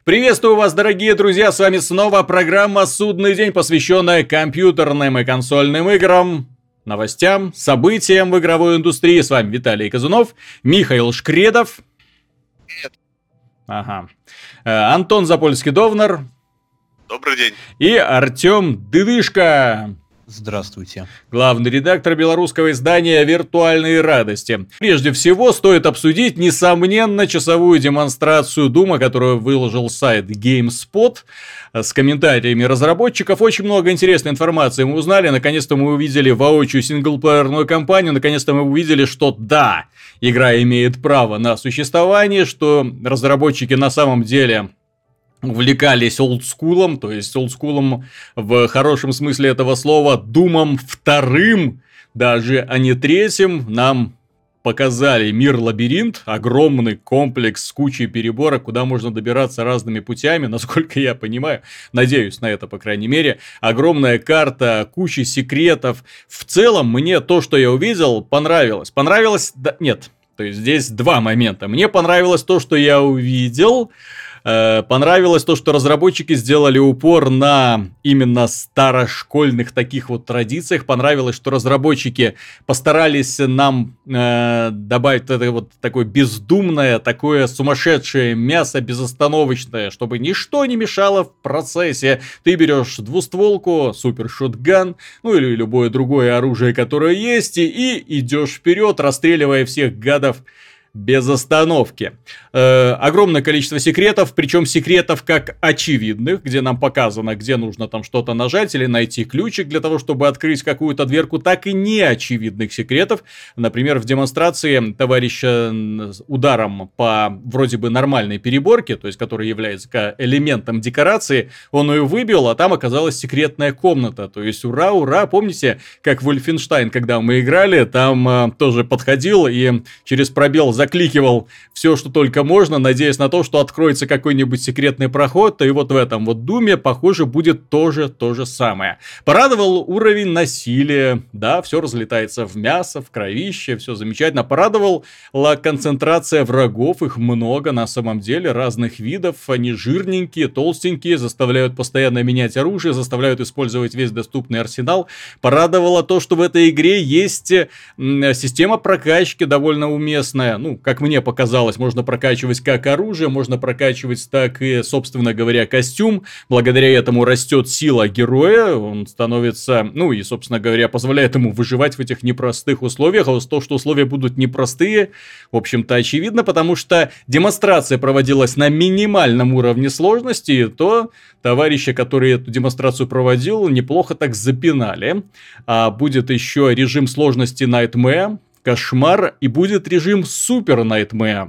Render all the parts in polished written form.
Приветствую вас, дорогие друзья, с вами снова программа «Судный день», посвященная компьютерным и консольным играм, новостям, событиям в игровой индустрии. С вами Виталий Казунов, Михаил Шкредов. Привет. Ага. Антон Запольский-Довнар. Добрый день. И Артем Дыдышко. Здравствуйте. Главный редактор белорусского издания «Виртуальные радости». Прежде всего, стоит обсудить, несомненно, часовую демонстрацию Дума, которую выложил сайт GameSpot с комментариями разработчиков. Очень много интересной информации мы узнали. Наконец-то мы увидели воочию синглплеерную кампанию. Наконец-то мы увидели, что да, игра имеет право на существование, что разработчики на самом деле увлекались олдскулом, то есть олдскулом в хорошем смысле этого слова, Думом вторым, даже, а не третьим. Нам показали мир-лабиринт, огромный комплекс с кучей переборок, куда можно добираться разными путями, насколько я понимаю, надеюсь на это, по крайней мере. Огромная карта, куча секретов. В целом, мне то, что я увидел, понравилось. Понравилось? Да, нет. То есть, здесь два момента. Мне понравилось то, что я увидел. Понравилось то, что разработчики сделали упор на именно старошкольных таких вот традициях. Понравилось, что разработчики постарались нам добавить это вот такое бездумное, такое сумасшедшее мясо безостановочное, чтобы ничто не мешало в процессе. Ты берешь двустволку, супершотган, ну или любое другое оружие, которое есть, и идешь вперед, расстреливая всех гадов без остановки. Огромное количество секретов, причем секретов как очевидных, где нам показано, где нужно там что-то нажать или найти ключик для того, чтобы открыть какую-то дверку, так и неочевидных секретов. Например, в демонстрации товарища ударом по вроде бы нормальной переборке, то есть который является элементом декорации, он ее выбил, а там оказалась секретная комната. То есть ура, ура, помните, как Wolfenstein, когда мы играли, там тоже подходил и через пробел закликивал все, что только можно, надеясь на то, что откроется какой-нибудь секретный проход, и вот в этом вот Думе, похоже, будет тоже то же самое. Порадовал уровень насилия, да, все разлетается в мясо, в кровище, все замечательно. Порадовала концентрация врагов, их много на самом деле, разных видов, они жирненькие, толстенькие, заставляют постоянно менять оружие, заставляют использовать весь доступный арсенал. Порадовало то, что в этой игре есть система прокачки довольно уместная, ну, как мне показалось, можно прокачивать как оружие, можно прокачивать так и, собственно говоря, костюм. Благодаря этому растет сила героя, он становится, ну и, собственно говоря, позволяет ему выживать в этих непростых условиях. А то, что условия будут непростые, в общем-то, очевидно, потому что демонстрация проводилась на минимальном уровне сложности, и то товарища, который эту демонстрацию проводил, неплохо так запинали. А будет еще режим сложности Nightmare, кошмар, и будет режим Super Nightmare.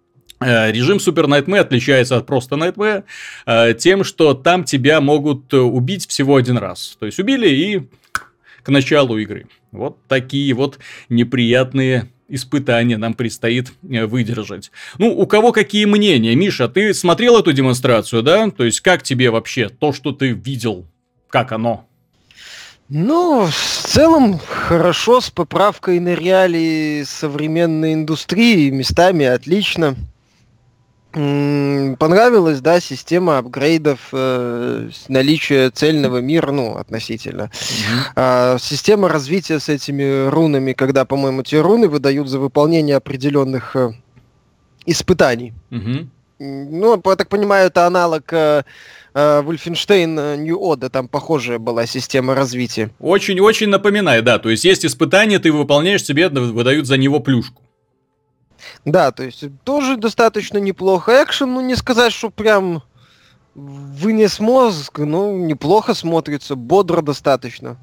Режим Super Nightmare отличается от просто Nightmare тем, что там тебя могут убить всего один раз. То есть убили и к началу игры. Вот такие вот неприятные испытания нам предстоит выдержать. Ну, у кого какие мнения? Миша, ты смотрел эту демонстрацию, да? То есть как тебе вообще то, что ты видел? Как оно? Ну, в целом, хорошо, с поправкой на реалии современной индустрии, местами отлично. Понравилась, да, система апгрейдов, наличие цельного мира, ну, относительно. Система развития с этими рунами, когда, по-моему, те руны выдают за выполнение определенных испытаний. Ну, я так понимаю, это аналог Wolfenstein New Order, там похожая была система развития. Очень-очень напоминает, да, то есть есть испытания, ты выполняешь, тебе выдают за него плюшку. Да, то есть тоже достаточно неплохо. Экшен, ну не сказать, что прям вынес мозг, ну неплохо смотрится, бодро достаточно.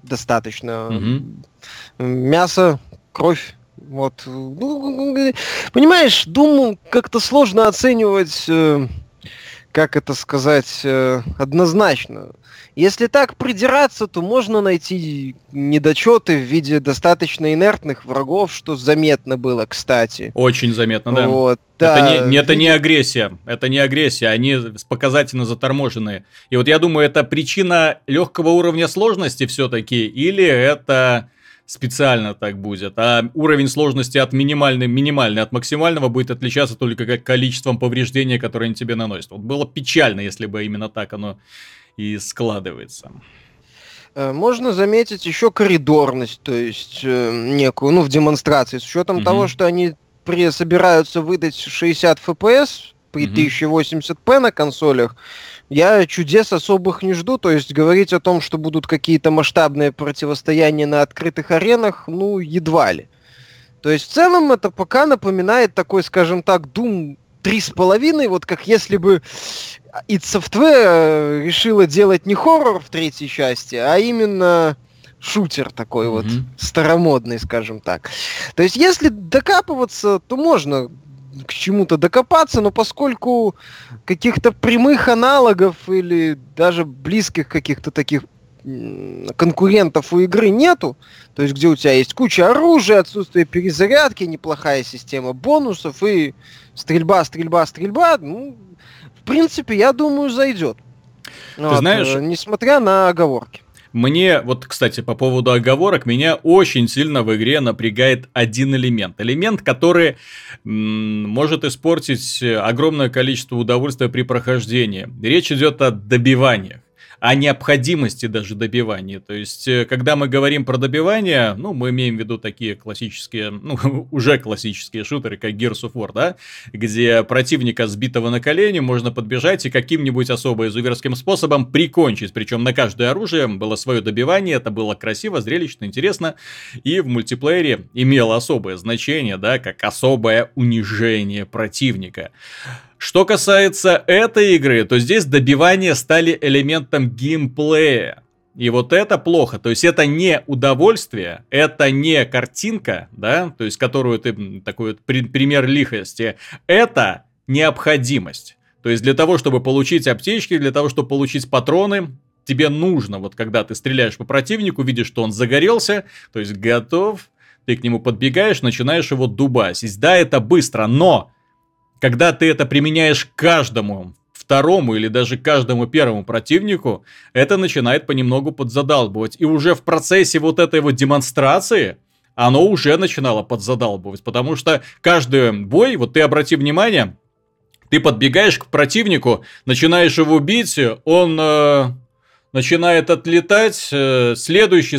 Мясо, кровь. Вот. Ну, понимаешь, думаю, как-то сложно оценивать, как это сказать, однозначно. Если так придираться, то можно найти недочеты в виде достаточно инертных врагов, что заметно было, кстати. Очень заметно, да. Вот, это не агрессия. Это не агрессия, они показательно заторможенные. И вот я думаю, это причина легкого уровня сложности все-таки, или это специально так будет, а уровень сложности от минимальный от максимального будет отличаться только как количеством повреждений, которые они тебе наносят. Вот было печально, если бы именно так оно и складывается. Можно заметить еще коридорность, то есть некую, в демонстрации, с учетом того, что они собираются выдать 60 FPS при 1080p на консолях. Я чудес особых не жду, то есть говорить о том, что будут какие-то масштабные противостояния на открытых аренах, едва ли. То есть в целом это пока напоминает такой, скажем так, Doom 3.5, вот как если бы id Software решила делать не хоррор в третьей части, а именно шутер такой вот старомодный, скажем так. То есть если докапываться, то можно к чему-то докопаться, но поскольку каких-то прямых аналогов или даже близких каких-то таких конкурентов у игры нету, то есть где у тебя есть куча оружия, отсутствие перезарядки, неплохая система бонусов и стрельба, в принципе, я думаю, зайдет. Ты знаешь, несмотря на оговорки. Мне, кстати, по поводу оговорок, меня очень сильно в игре напрягает один элемент. Элемент, который может испортить огромное количество удовольствия при прохождении. Речь идет о добиваниях. О необходимости даже добивания. То есть, когда мы говорим про добивание, мы имеем в виду такие классические, уже классические шутеры, как Gears of War, да, где противника, сбитого на колени, можно подбежать и каким-нибудь особо изуверским способом прикончить. Причем на каждое оружие было свое добивание, это было красиво, зрелищно, интересно, и в мультиплеере имело особое значение, да, как особое унижение противника. Что касается этой игры, то здесь добивания стали элементом геймплея. И вот это плохо. То есть это не удовольствие, это не картинка, да, то есть которую ты, такой вот пример лихости, это необходимость. То есть для того, чтобы получить аптечки, для того, чтобы получить патроны, тебе нужно, когда ты стреляешь по противнику, видишь, что он загорелся, то есть готов, ты к нему подбегаешь, начинаешь его дубасить. Да, это быстро, но когда ты это применяешь к каждому второму или даже каждому первому противнику, это начинает понемногу подзадалбывать. И уже в процессе этой демонстрации оно уже начинало подзадалбывать. Потому что каждый бой, ты обрати внимание, ты подбегаешь к противнику, начинаешь его бить, он начинает отлетать, следующий,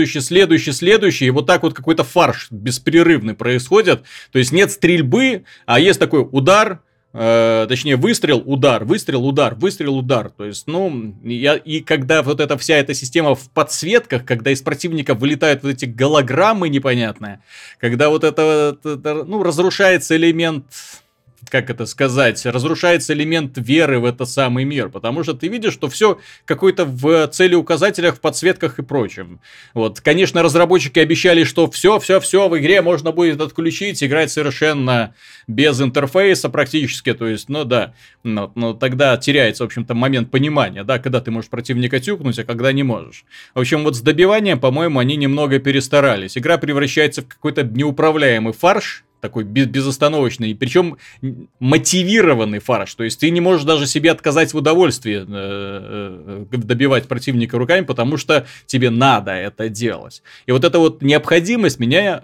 и вот так какой-то фарш беспрерывный происходит. То есть нет стрельбы, а есть такой удар, точнее выстрел, удар, выстрел, удар, выстрел, удар. То есть, и когда вся эта система в подсветках, когда из противника вылетают эти голограммы непонятные, когда разрушается элемент... Как это сказать, разрушается элемент веры в этот самый мир, потому что ты видишь, что все какое-то в целеуказателях, в подсветках и прочем. Конечно, разработчики обещали, что все в игре можно будет отключить, играть совершенно без интерфейса практически, то есть, но тогда теряется, в общем-то, момент понимания, да, когда ты можешь противника тюкнуть, а когда не можешь. В общем, с добиванием, по-моему, они немного перестарались. Игра превращается в какой-то неуправляемый фарш, такой безостановочный, причем мотивированный фарш. То есть ты не можешь даже себе отказать в удовольствии добивать противника руками, потому что тебе надо это делать. И эта необходимость меня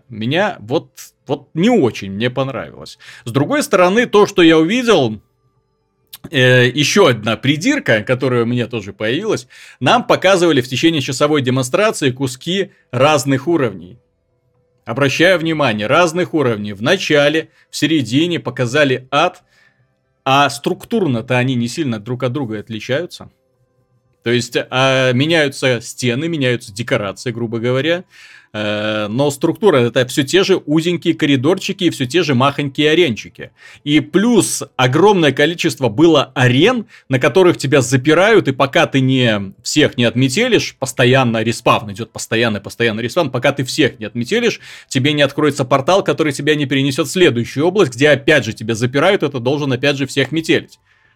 не очень мне понравилась. С другой стороны, то, что я увидел, еще одна придирка, которая у меня тоже появилась, нам показывали в течение часовой демонстрации куски разных уровней. Обращаю внимание, разных уровней. В начале, в середине показали ад, а структурно-то они не сильно друг от друга отличаются. То есть меняются стены, меняются декорации, грубо говоря. Но структура — это все те же узенькие коридорчики и все те же махонькие аренчики. И плюс огромное количество было арен, на которых тебя запирают, и пока ты всех не отметелишь, постоянно респаун идет, постоянно респаун, пока ты всех не отметелишь, тебе не откроется портал, который тебя не перенесет в следующую область, где опять же тебя запирают, это должен опять же всех метелить.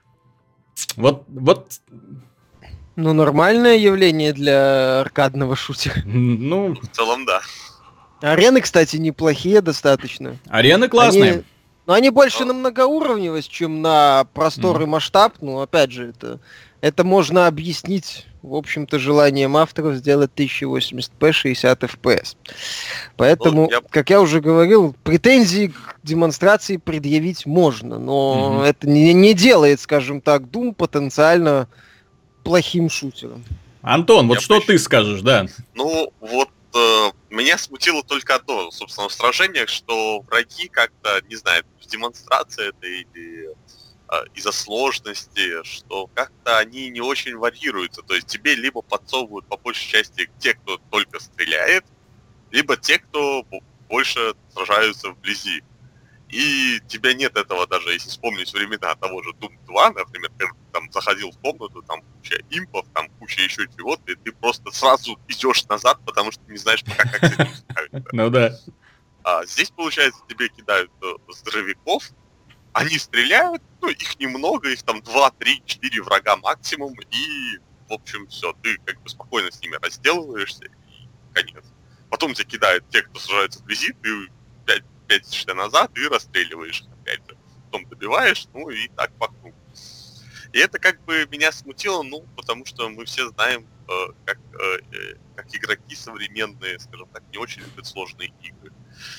Нормальное явление для аркадного шутера. В целом, да. Арены, кстати, неплохие достаточно. Арены классные. Но они больше на многоуровневость, чем на простор и масштаб. Ну, опять же, это можно объяснить, в общем-то, желанием авторов сделать 1080p 60 FPS. Поэтому, как я уже говорил, претензии к демонстрации предъявить можно, но это не делает, скажем так, Doom потенциально плохим шутером. Антон, вот что ты скажешь, да? Ну, вот меня смутило только одно, собственно, в сражениях, что враги как-то, не знаю, демонстрация это или из-за сложности, что как-то они не очень варьируются. То есть тебе либо подсовывают по большей части те, кто только стреляет, либо те, кто больше сражаются вблизи. И тебя нет этого даже, если вспомнить времена того же Doom 2, например, когда ты там заходил в комнату, там куча импов, там куча еще чего-то, и ты просто сразу идешь назад, потому что не знаешь пока, как с этим справиться. Ну да. А здесь, получается, тебе кидают здоровяков, они стреляют, ну, их немного, их там 2, 3, 4 врага максимум, и, в общем, все, ты как бы спокойно с ними разделываешься, и конец. Потом тебя кидают те, кто сражается вблизи, ты пятишься назад и расстреливаешь их опять же. Потом добиваешь, ну и так по кругу. И это как бы меня смутило, ну, потому что мы все знаем, как игроки современные, скажем так, не очень любят сложные игры.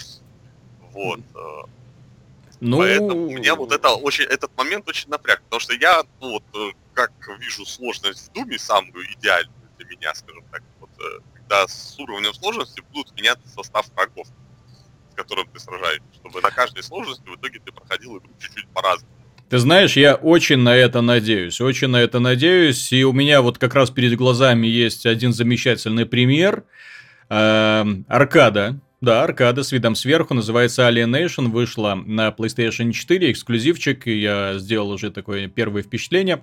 Вот. Ну... Поэтому меня вот этот момент очень напряг, потому что я, ну, вот, как вижу сложность в Думе, самую идеальную для меня, скажем так, вот, когда с уровнем сложности будут меняться состав врагов, с которым ты сражаешься, чтобы на каждой сложности в итоге ты проходил игру чуть-чуть по-разному. Ты знаешь, я очень на это надеюсь, и у меня вот как раз перед глазами есть один замечательный пример. Аркада. Да, аркада с видом сверху, называется Alienation, вышла на PlayStation 4, эксклюзивчик, и я сделал уже такое первое впечатление.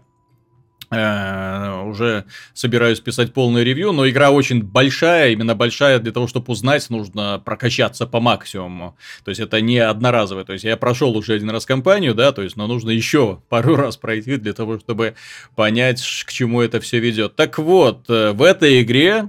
Уже собираюсь писать полное ревью, но игра очень большая, именно большая для того, чтобы узнать, нужно прокачаться по максимуму. То есть это не одноразовое, то есть я прошел уже один раз кампанию, да, то есть, но нужно еще пару раз пройти для того, чтобы понять, к чему это все ведет. Так вот, в этой игре...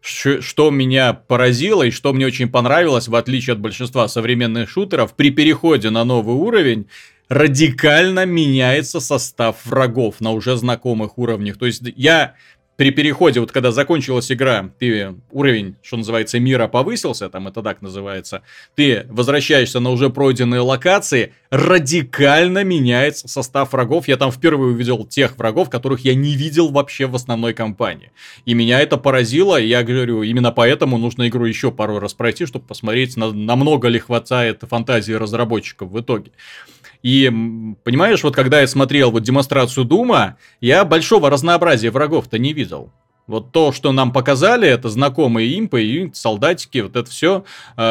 Что меня поразило и что мне очень понравилось, в отличие от большинства современных шутеров, при переходе на новый уровень радикально меняется состав врагов на уже знакомых уровнях. То есть я при переходе, вот когда закончилась игра, ты уровень, что называется, мира повысился, там это так называется, ты возвращаешься на уже пройденные локации, радикально меняется состав врагов. Я там впервые увидел тех врагов, которых я не видел вообще в основной кампании. И меня это поразило, и я говорю, именно поэтому нужно игру еще пару раз пройти, чтобы посмотреть, намного ли хватает фантазии разработчиков в итоге. И, понимаешь, вот когда я смотрел вот демонстрацию Дума, я большого разнообразия врагов-то не видел. Вот то, что нам показали, это знакомые импы и солдатики, вот это все.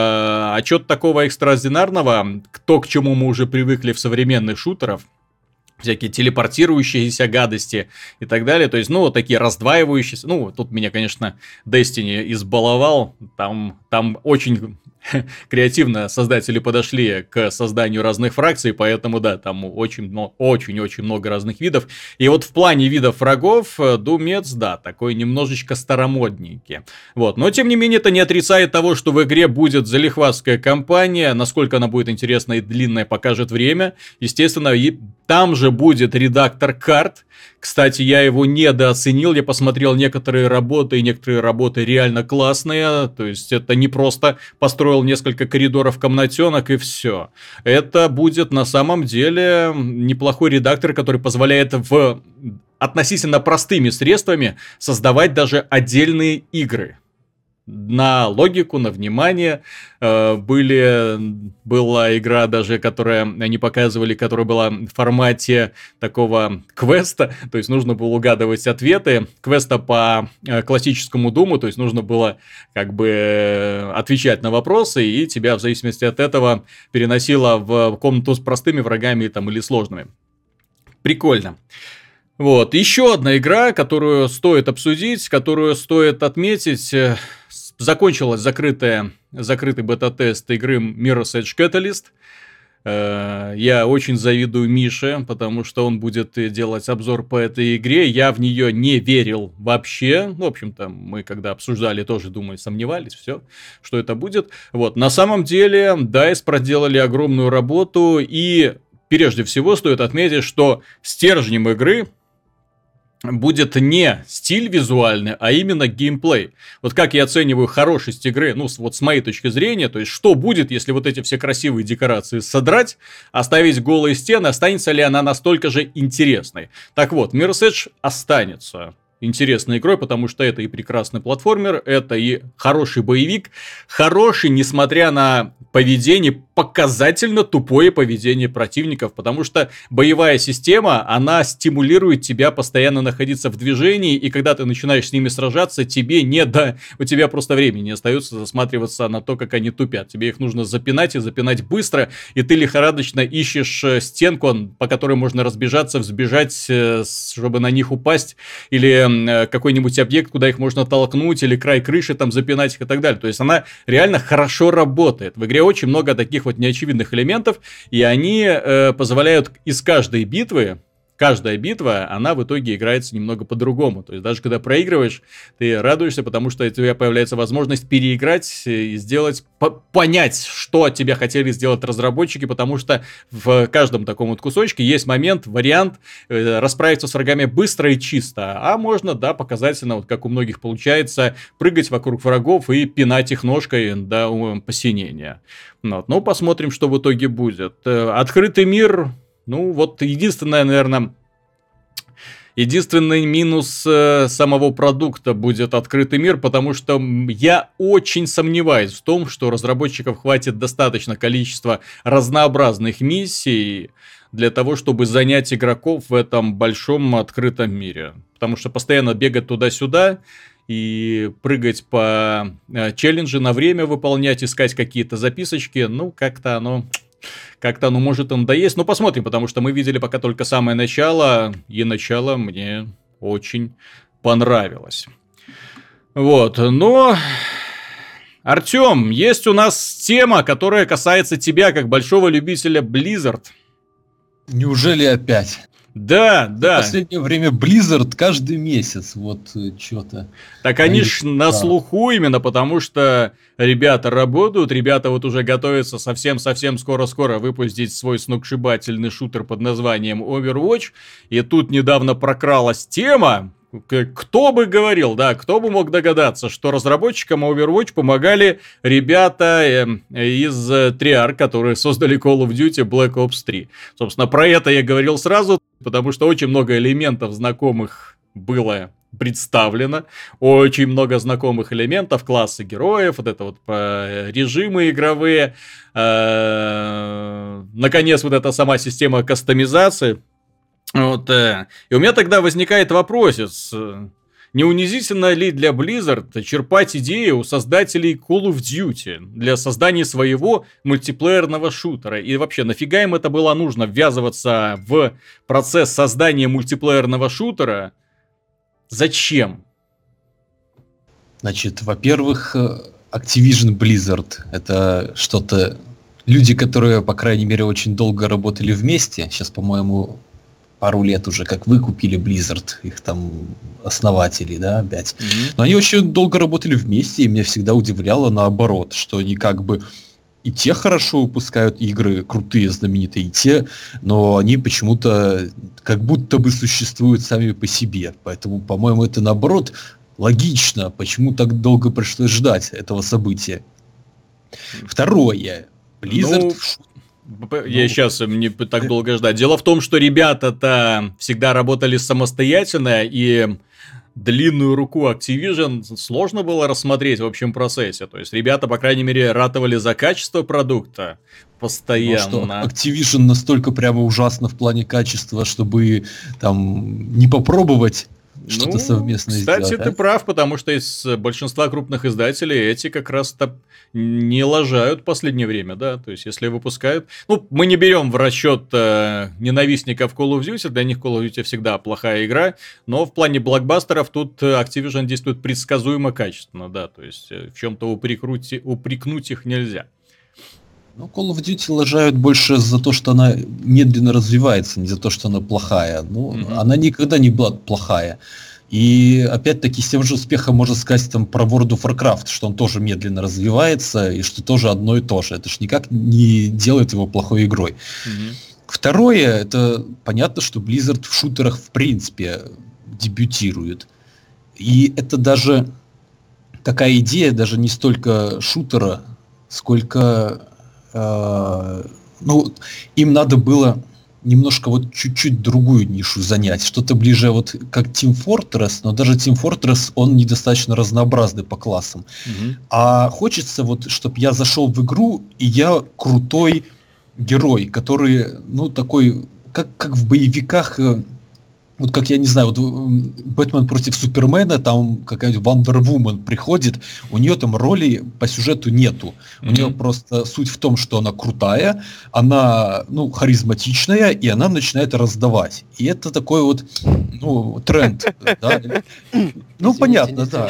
А чего-то такого экстраординарного, то, к чему мы уже привыкли в современных шутерах, всякие телепортирующиеся гадости и так далее. То есть, ну, вот такие раздваивающиеся. Ну, тут меня, конечно, Destiny избаловал. Там очень креативно создатели подошли к созданию разных фракций, поэтому, да, там очень-очень много разных видов. И вот в плане видов врагов Думец, да, такой немножечко старомодненький. Вот, но, тем не менее, это не отрицает того, что в игре будет залихватская кампания. Насколько она будет интересная и длинная, покажет время. Естественно, и там же будет редактор карт. Кстати, я его недооценил, я посмотрел некоторые работы, и некоторые работы реально классные. То есть, это не просто построил несколько коридоров комнатенок и все. Это будет на самом деле неплохой редактор, который позволяет относительно простыми средствами создавать даже отдельные игры. На логику, на внимание. Была игра даже, которую они показывали, которая была в формате такого квеста, то есть нужно было угадывать ответы, квеста по классическому Думу, то есть нужно было как бы отвечать на вопросы, и тебя в зависимости от этого переносило в комнату с простыми врагами там, или сложными. Прикольно. Вот, еще одна игра, которую стоит обсудить, которую стоит отметить. Закончилась закрытый бета-тест игры Mirror's Edge Catalyst. Я очень завидую Мише, потому что он будет делать обзор по этой игре. Я в нее не верил вообще. В общем-то, мы когда обсуждали, тоже, думаю, сомневались, все, что это будет. Вот, на самом деле, DICE проделали огромную работу, и прежде всего стоит отметить, что стержнем игры будет не стиль визуальный, а именно геймплей. Вот как я оцениваю хорошесть игры, ну, вот с моей точки зрения, то есть, что будет, если вот эти все красивые декорации содрать, оставить голые стены, останется ли она настолько же интересной? Так вот, Mirror's Edge останется интересной игрой, потому что это и прекрасный платформер, это и хороший боевик, хороший, несмотря на поведение, показательно тупое поведение противников, потому что боевая система, она стимулирует тебя постоянно находиться в движении, и когда ты начинаешь с ними сражаться, у тебя просто времени не остается засматриваться на то, как они тупят. Тебе их нужно запинать и запинать быстро, и ты лихорадочно ищешь стенку, по которой можно разбежаться, взбежать, чтобы на них упасть, или какой-нибудь объект, куда их можно толкнуть, или край крыши там запинать их и так далее. То есть она реально хорошо работает. В игре очень много таких вот неочевидных элементов, и они позволяют из каждой битвы, каждая битва, она в итоге играется немного по-другому. То есть даже когда проигрываешь, ты радуешься, потому что у тебя появляется возможность переиграть и сделать, понять, что от тебя хотели сделать разработчики, потому что в каждом таком вот кусочке есть момент, вариант расправиться с врагами быстро и чисто. А можно, да, показательно, вот как у многих получается, прыгать вокруг врагов и пинать их ножкой до посинения. Вот. Ну, посмотрим, что в итоге будет. Открытый мир... Ну, вот единственное, наверное, единственный минус самого продукта будет открытый мир, потому что я очень сомневаюсь в том, что разработчиков хватит достаточно количества разнообразных миссий для того, чтобы занять игроков в этом большом открытом мире. Потому что постоянно бегать туда-сюда и прыгать по челленджи на время выполнять, искать какие-то записочки, ну, как-то оно может и надоесть. Но посмотрим, потому что мы видели пока только самое начало, и начало мне очень понравилось. Вот, но... Артём, есть у нас тема, которая касается тебя, как большого любителя Blizzard. Неужели опять? Да. В последнее время Blizzard каждый месяц, вот что-то. Так они ж на слуху именно, потому что ребята работают, ребята вот уже готовятся совсем скоро-скоро выпустить свой сногсшибательный шутер под названием Overwatch. И тут недавно прокралась тема, кто бы говорил, да, кто бы мог догадаться, что разработчикам Overwatch помогали ребята из Treyarch, которые создали Call of Duty Black Ops 3. Собственно, про это я говорил сразу, потому что очень много элементов знакомых было представлено, очень много знакомых элементов, классы героев, вот это вот режимы игровые, наконец, вот эта сама система кастомизации. Вот, и у меня тогда возникает вопросец, не унизительно ли для Blizzard черпать идеи у создателей Call of Duty для создания своего мультиплеерного шутера? И вообще, нафига им это было нужно, ввязываться в процесс создания мультиплеерного шутера? Зачем? Значит, во-первых, Activision Blizzard — это что-то... Люди, которые, по крайней мере, очень долго работали вместе, сейчас, по-моему... пару лет уже, как выкупили Blizzard, их там основатели, да, опять. Но они очень долго работали вместе, и меня всегда удивляло наоборот, что они как бы и те хорошо выпускают игры, крутые, знаменитые, и те, но они почему-то как будто бы существуют сами по себе. Поэтому, по-моему, это наоборот логично, почему так долго пришлось ждать этого события. Второе. Blizzard... Я сейчас не так долго ждать. Дело в том, что ребята-то всегда работали самостоятельно, и длинную руку Activision сложно было рассмотреть в общем процессе. То есть ребята, по крайней мере, ратовали за качество продукта постоянно. Ну, что Activision настолько прямо ужасно в плане качества, чтобы там не попробовать что-то совместное кстати, сделать. Ты прав, потому что из большинства крупных издателей эти как раз-то не лажают в последнее время, да, то есть если выпускают... Ну, мы не берем в расчет ненавистников Call of Duty, для них Call of Duty всегда плохая игра, но в плане блокбастеров тут Activision действует предсказуемо качественно, да, то есть в чем-то упрекнуть их нельзя. Ну, Call of Duty лажают больше за то, что она медленно развивается, не за то, что она плохая. Ну, она никогда не была плохая. И опять-таки с тем же успехом можно сказать там про World of Warcraft, что он тоже медленно развивается, и что тоже одно и то же. Это ж никак не делает его плохой игрой. Второе, это понятно, что Blizzard в шутерах в принципе дебютирует. И это даже такая идея, даже не столько шутера, сколько им надо было немножко вот чуть-чуть другую нишу занять, что-то ближе вот как Team Fortress, но даже Team Fortress, он недостаточно разнообразный по классам. А хочется вот, чтобы я зашел в игру, и я крутой герой, который, ну, такой, как в боевиках, вот как, я не знаю, вот Бэтмен против Супермена, там какая-нибудь Wonder Woman приходит, у нее там роли по сюжету нету. У нее просто суть в том, что она крутая, она, ну, харизматичная, и она начинает раздавать. И это такой вот, ну, тренд. Ну, понятно, да.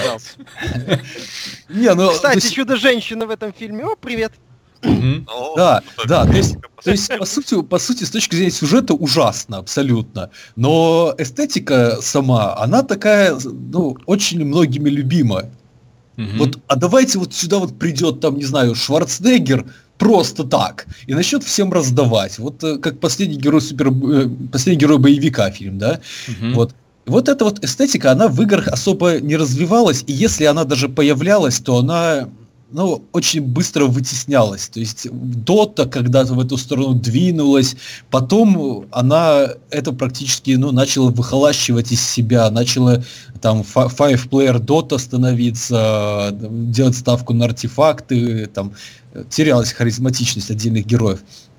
Кстати, Чудо-женщина в этом фильме. О, привет! Да, то есть по сути, с точки зрения сюжета ужасно, абсолютно. Но эстетика сама, она такая, ну, очень многими любима. Вот, а давайте вот сюда вот придет, там, не знаю, Шварценеггер просто так и начнет всем раздавать. Вот как последний герой боевика фильм, да? Вот эта вот эстетика, она в играх особо не развивалась, и если она даже появлялась, то она, ну, очень быстро вытеснялась. То есть Dota когда-то в эту сторону двинулась, потом она это практически, ну, начала выхолащивать из себя, начала там five-player Dota становиться, делать ставку на артефакты, там терялась харизматичность отдельных героев.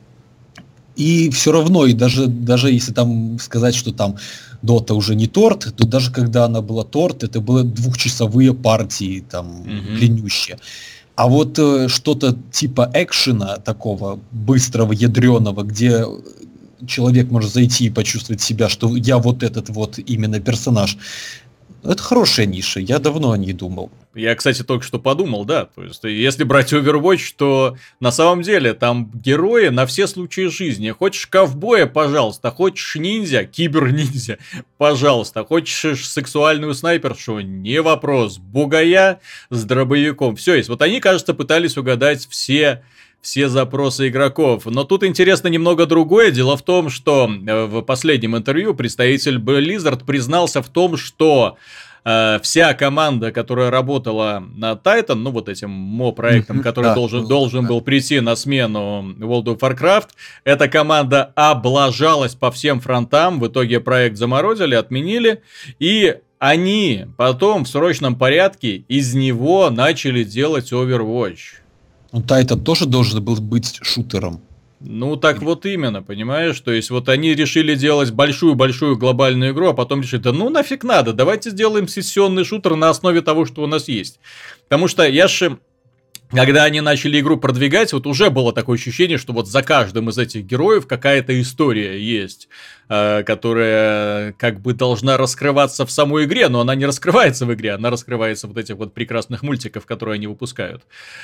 И все равно, и даже если там сказать, что там Дота уже не торт, то даже когда она была торт, это были 2-часовые партии, там, длиннющие. А вот что-то типа экшена такого быстрого, ядреного, где человек может зайти и почувствовать себя, что я вот этот вот именно персонаж. Это хорошая ниша, я давно о ней думал. Я, кстати, только что подумал, да, то есть, если брать Overwatch, то на самом деле там герои на все случаи жизни. Хочешь ковбоя, пожалуйста, хочешь ниндзя, кибер-ниндзя, пожалуйста, хочешь сексуальную снайпершу, не вопрос, бугая с дробовиком, все есть. Вот они, кажется, пытались угадать все запросы игроков. Но тут интересно немного другое. Дело в том, что в последнем интервью представитель Blizzard признался в том, что вся команда, которая работала на Titan, ну вот этим мо-проектом, который должен был прийти на смену World of Warcraft, эта команда облажалась по всем фронтам, в итоге проект заморозили, отменили, и они потом в срочном порядке из него начали делать Overwatch. Ну, Titan тоже должен был быть шутером. Ну, так вот именно, понимаешь? То есть, вот они решили делать большую-большую глобальную игру, а потом решили, да ну нафиг надо, давайте сделаем сессионный шутер на основе того, что у нас есть. Потому что когда они начали игру продвигать, вот уже было такое ощущение, что вот за каждым из этих героев какая-то история есть, которая как бы должна раскрываться в самой игре, но она не раскрывается в игре, она раскрывается в вот этих вот прекрасных мультиков, которые они выпускают.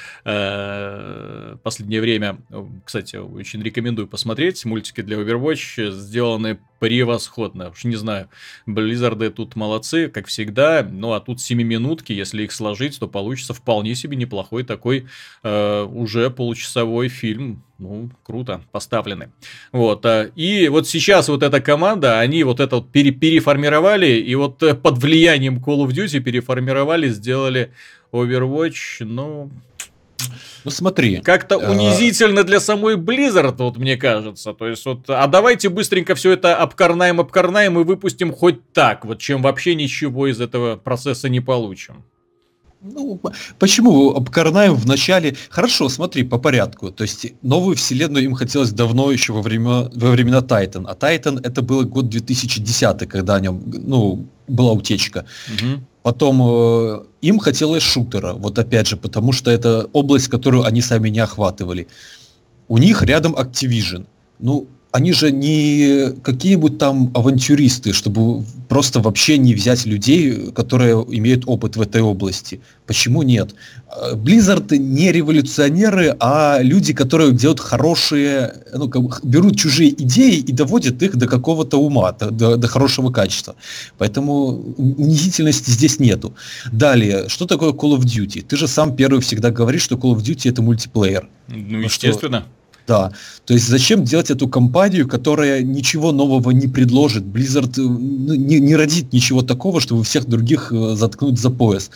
Последнее время, кстати, очень рекомендую посмотреть, мультики для Overwatch сделаны превосходно. Уж не знаю, Blizzard тут молодцы, как всегда, ну а тут 7-минутки, если их сложить, то получится вполне себе неплохой такой уже получасовой фильм. Ну, круто, поставлены. Вот, и вот сейчас вот эта команда, они вот это вот переформировали, и вот под влиянием Call of Duty переформировали, сделали Overwatch, ну смотри. Как-то унизительно для самой Blizzard, вот мне кажется. То есть, вот, а давайте быстренько все это обкарнаем и выпустим хоть так, вот, чем вообще ничего из этого процесса не получим. Ну, почему обкарнаем в начале? Хорошо, смотри, по порядку. То есть, новую вселенную им хотелось давно, еще во времена Titan. А Titan это был год 2010, когда о нем, ну, была утечка. Потом им хотелось шутера, вот опять же, потому что это область, которую они сами не охватывали. У них рядом Activision. Ну, они же не какие-нибудь там авантюристы, чтобы просто вообще не взять людей, которые имеют опыт в этой области. Почему нет? Blizzard не революционеры, а люди, которые делают хорошие, берут чужие идеи и доводят их до какого-то ума, до хорошего качества. Поэтому унизительности здесь нету. Далее, что такое Call of Duty? Ты же сам первый всегда говоришь, что Call of Duty это мультиплеер. Ну, естественно. Да, то есть зачем делать эту кампанию, которая ничего нового не предложит? Blizzard не родит ничего такого, чтобы всех других заткнуть за пояс.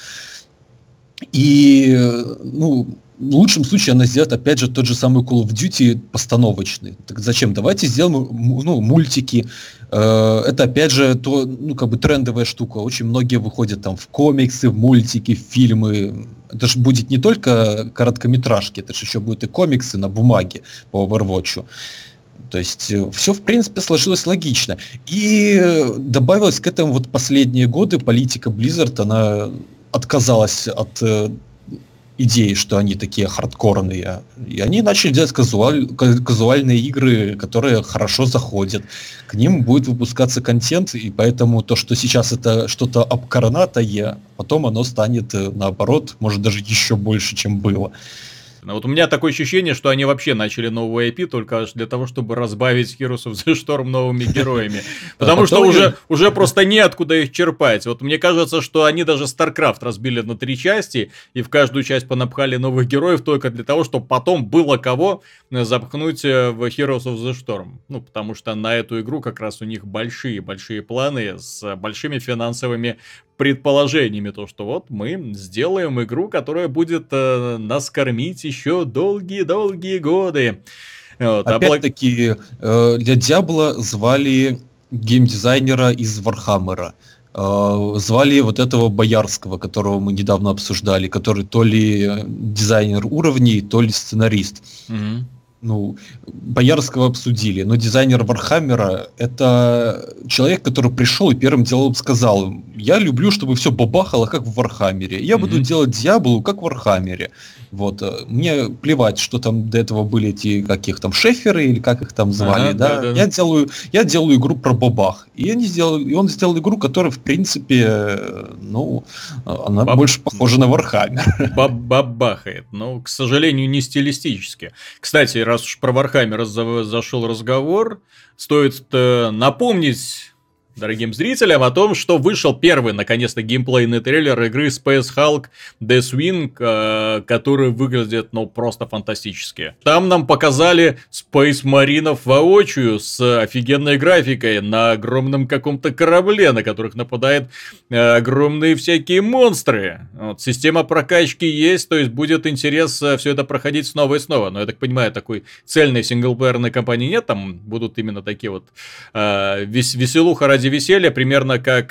И, в лучшем случае она сделает, опять же, тот же самый Call of Duty постановочный. Так зачем? Давайте сделаем, мультики. Это, опять же, трендовая штука. Очень многие выходят там в комиксы, в мультики, в фильмы. Это же будет не только короткометражки, это же еще будут и комиксы на бумаге по Overwatch. То есть все, в принципе, сложилось логично. И добавилось к этому последние годы политика Blizzard, она отказалась от идеи, что они такие хардкорные. И они начали делать казуальные игры, которые хорошо заходят. К ним будет выпускаться контент, и поэтому то, что сейчас это что-то обкорнатое, потом оно станет, наоборот, может даже еще больше, чем было. Вот у меня такое ощущение, что они вообще начали новую IP только для того, чтобы разбавить Heroes of the Storm новыми героями. Потому что уже просто неоткуда их черпать. Вот мне кажется, что они даже StarCraft разбили на 3 части, и в каждую часть понапхали новых героев только для того, чтобы потом было кого запхнуть в Heroes of the Storm. Потому что на эту игру как раз у них большие планы с большими финансовыми предположениями, то, что вот мы сделаем игру, которая будет нас кормить еще долгие-долгие годы. Вот. Опять-таки, для Диабло звали геймдизайнера из Вархаммера. Звали вот этого Боярского, которого мы недавно обсуждали, который то ли дизайнер уровней, то ли сценарист. Боярского обсудили, но дизайнер Вархаммера — это человек, который пришел и первым делом сказал: я люблю, чтобы все бабахало, как в Вархаммере. Я буду делать Диаблу, как в Вархаммере. Вот. Мне плевать, что там до этого были эти, каких там, шеферы, или как их там звали, да? Я делаю игру про бабах. И он сделал игру, которая, в принципе, она больше похожа на Вархаммер. Бабахает, но, к сожалению, не стилистически. Кстати, раз уж про Вархаммер зашел разговор, стоит напомнить дорогим зрителям о том, что вышел первый, наконец-то, геймплейный трейлер игры Space Hulk Deathwing, который выглядит, просто фантастически. Там нам показали Space Marines воочию с офигенной графикой на огромном каком-то корабле, на которых нападают огромные всякие монстры. Вот, система прокачки есть, то есть будет интерес все это проходить снова и снова. Но я так понимаю, такой цельной синглплеерной кампании нет, там будут именно такие вот веселуха ради веселья, примерно как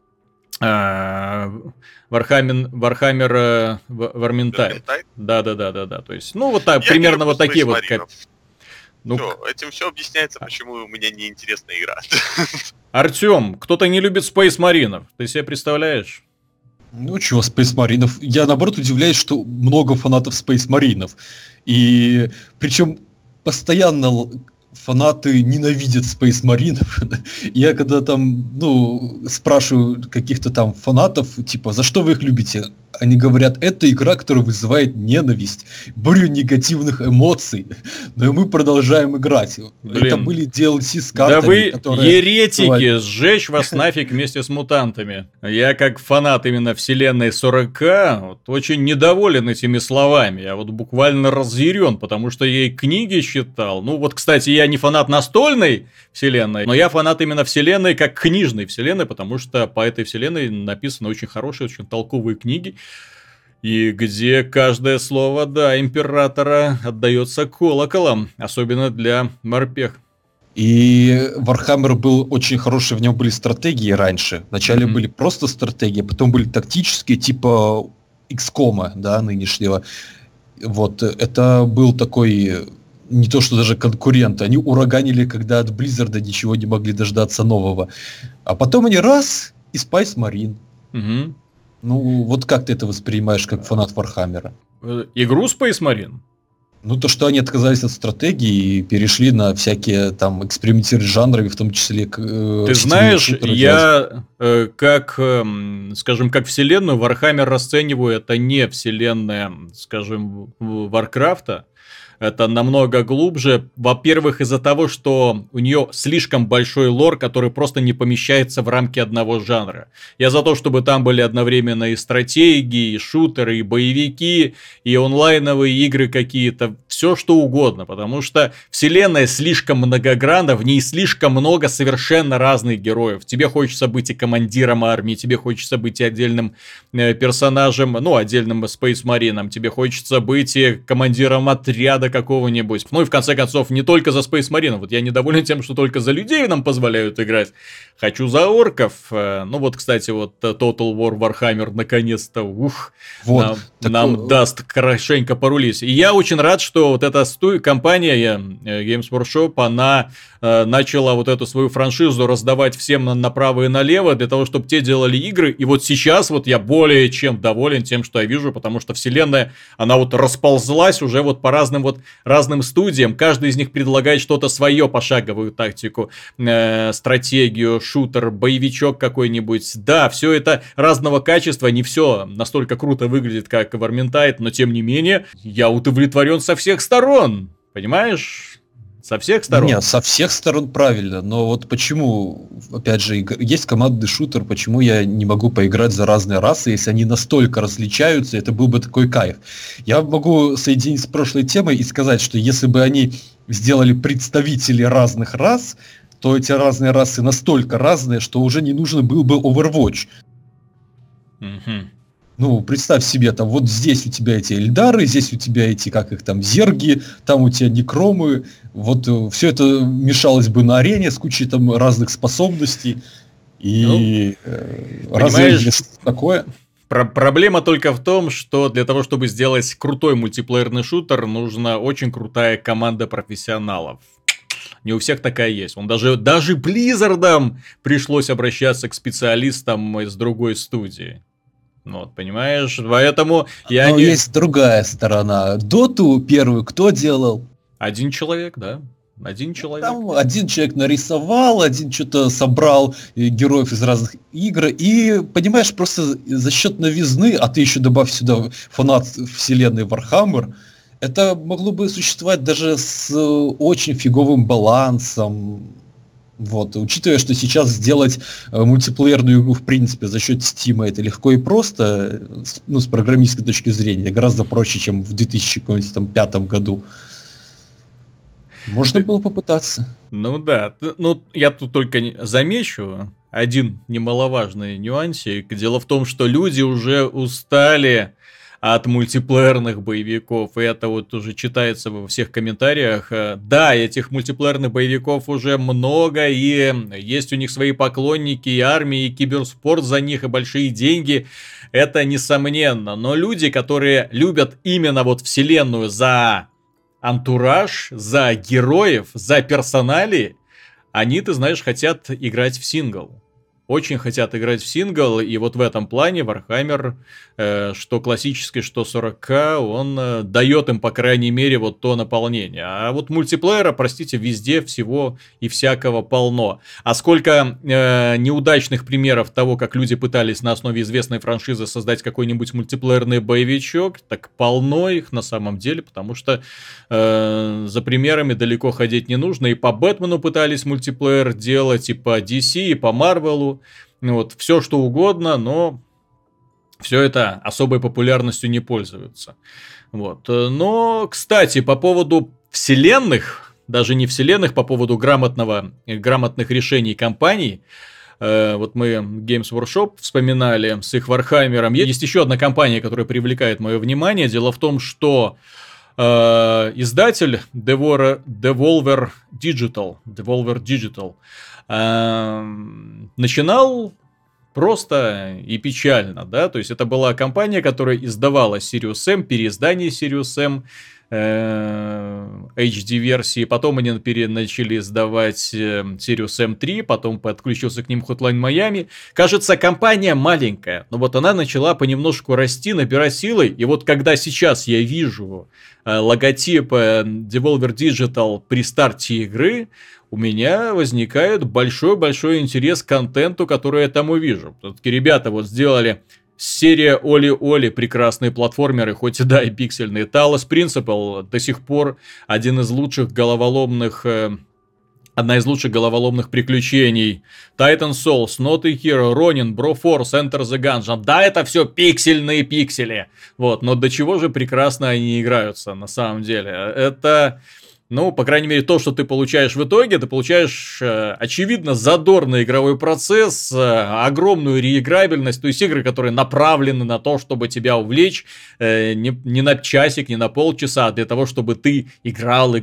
Warhammer Vermintide. Да. То есть, примерно вот такие вот. Этим все объясняется, почему у меня неинтересная игра. Артем, кто-то не любит Space Marines. Ты себе представляешь? Чего Space Marines? Я, наоборот, удивляюсь, что много фанатов Space Marines. И причем постоянно фанаты ненавидят Space Marines. Я когда там, спрашиваю каких-то там фанатов, типа, за что вы их любите? Они говорят, это игра, которая вызывает ненависть, бурю негативных эмоций, но мы продолжаем играть. Это были DLC с картами, да вы которые... еретики, сжечь вас нафиг вместе с мутантами. Я как фанат именно вселенной 40К очень недоволен этими словами. Я буквально разъярен, потому что я и книги читал. Кстати, я не фанат настольной вселенной, но я фанат именно вселенной как книжной вселенной, потому что по этой вселенной написаны очень хорошие, очень толковые книги. И где каждое слово, императора отдается колоколом, особенно для морпех. И Warhammer был очень хороший, в нем были стратегии раньше. Вначале были просто стратегии, потом были тактические, типа XCOM, нынешнего. Вот, это был такой, не то что даже конкурент, они ураганили, когда от Blizzard ничего не могли дождаться нового. А потом они раз, и Space Marine. Вот как ты это воспринимаешь, как фанат Вархаммера? Игру Space Marine? Ну, то, что они отказались от стратегии и перешли на всякие там экспериментировать с жанрами, в том числе Ты знаешь, я скажем, как вселенную Warhammer расцениваю, это не вселенная, скажем, Варкрафта. Это намного глубже. Во-первых, из-за того, что у нее слишком большой лор, который просто не помещается в рамки одного жанра. Я за то, чтобы там были одновременно и стратегии, и шутеры, и боевики, и онлайновые игры какие-то. Все что угодно. Потому что вселенная слишком многогранна, в ней слишком много совершенно разных героев. Тебе хочется быть и командиром армии, тебе хочется быть и отдельным персонажем, ну, отдельным Space Marine, тебе хочется быть и командиром отряда какого-нибудь. Ну и в конце концов, не только за Space Marine. Вот я недоволен тем, что только за людей нам позволяют играть. Хочу за орков. Ну вот, кстати, вот Total War Warhammer наконец-то вот, нам даст хорошенько порулить. И я очень рад, что вот эта компания Games Workshop, она начала вот эту свою франшизу раздавать всем направо и налево, для того, чтобы те делали игры. И вот сейчас вот я более чем доволен тем, что я вижу, потому что вселенная, она вот расползлась уже вот по разным студиям. Каждый из них предлагает что-то свое, пошаговую тактику, стратегию, шутер, боевичок какой-нибудь. Да, все это разного качества, не все настолько круто выглядит, как Vermintide, но тем не менее, я удовлетворен со всех сторон. Понимаешь? Со всех сторон? Нет, со всех сторон правильно, но вот почему, опять же, есть командный шутер, почему я не могу поиграть за разные расы, если они настолько различаются, это был бы такой кайф. Я могу соединить с прошлой темой и сказать, что если бы они сделали представителей разных рас, то эти разные расы настолько разные, что уже не нужен был бы Overwatch. Ну, представь себе, там, вот здесь у тебя эти эльдары, здесь у тебя эти, как их там, зерги, там у тебя некромы, вот все это мешалось бы на арене с кучей там разных способностей, и такое. Проблема только в том, что для того, чтобы сделать крутой мультиплеерный шутер, нужна очень крутая команда профессионалов. Не у всех такая есть. Даже Blizzard'ам пришлось обращаться к специалистам из другой студии. Вот, понимаешь? Поэтому я Но есть другая сторона. Доту первую кто делал? Один человек, да. Один человек. Там один человек нарисовал, один что-то собрал героев из разных игр. И, понимаешь, просто за счет новизны, а ты еще добавь сюда фанат вселенной Warhammer, это могло бы существовать даже с очень фиговым балансом. Вот, учитывая, что сейчас сделать мультиплеерную игру в принципе за счет Steam это легко и просто, ну, с программистской точки зрения, гораздо проще, чем в 2005 году. Можно было попытаться. Ну да, ну я тут только замечу один немаловажный нюансик. Дело в том, что люди уже устали от мультиплеерных боевиков, и это вот уже читается во всех комментариях. Да, этих мультиплеерных боевиков уже много, и есть у них свои поклонники, и армии, и киберспорт за них, и большие деньги, это несомненно. Но люди, которые любят именно вот вселенную за антураж, за героев, за персонали, они, ты знаешь, хотят играть в сингл. Очень хотят играть в сингл, и вот в этом плане Warhammer, что классический, что 40к, он дает им, по крайней мере, вот то наполнение. А вот мультиплеера, простите, везде всего и всякого полно. А сколько неудачных примеров того, как люди пытались на основе известной франшизы создать какой-нибудь мультиплеерный боевичок, так полно их на самом деле, потому что за примерами далеко ходить не нужно. И по Бэтмену пытались мультиплеер делать, и по DC, и по Марвелу. Вот, все что угодно, но все это особой популярностью не пользуется. Вот. Но, кстати, по поводу вселенных, даже не вселенных, по поводу грамотных решений компаний, вот мы Games Workshop вспоминали с их Warhammer'ом. Есть еще одна компания, которая привлекает мое внимание. Дело в том, что издатель Devolver Digital начинал просто и печально, да, то есть это была компания, которая издавала Sirius M, переиздание Sirius M, HD-версии, потом они начали издавать Sirius M3, потом подключился к ним Hotline Miami. Кажется, компания маленькая, но вот она начала понемножку расти, набирать силы, и вот когда сейчас я вижу логотип Devolver Digital при старте игры, у меня возникает большой-большой интерес к контенту, который я там увижу. Все-таки ребята вот сделали серия Оли-Оли, прекрасные платформеры, хоть и да, и пиксельные. Talos Principle до сих пор одна из лучших головоломных приключений. Titan Souls, Not a Hero, Ronin, Broforce, Enter the Gungeon. Да, это все пиксельные пиксели. Вот, но до чего же прекрасно они играются на самом деле. Это... Ну, по крайней мере, то, что ты получаешь в итоге, ты получаешь, очевидно, задорный игровой процесс, огромную реиграбельность, то есть игры, которые направлены на то, чтобы тебя увлечь не на часик, не на полчаса, а для того, чтобы ты играл.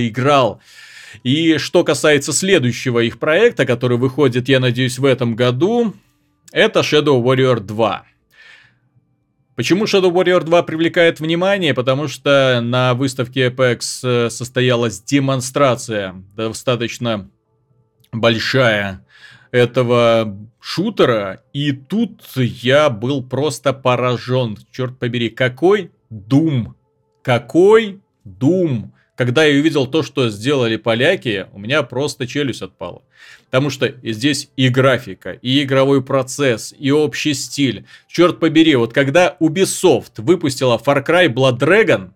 И что касается следующего их проекта, который выходит, я надеюсь, в этом году, это Shadow Warrior 2. Почему Shadow Warrior 2 привлекает внимание? Потому что на выставке Apex состоялась демонстрация достаточно большая этого шутера, и тут я был просто поражен. Черт побери, какой Doom! Когда я увидел то, что сделали поляки, у меня просто челюсть отпала. Потому что здесь и графика, и игровой процесс, и общий стиль. Черт побери, вот когда Ubisoft выпустила Far Cry Blood Dragon,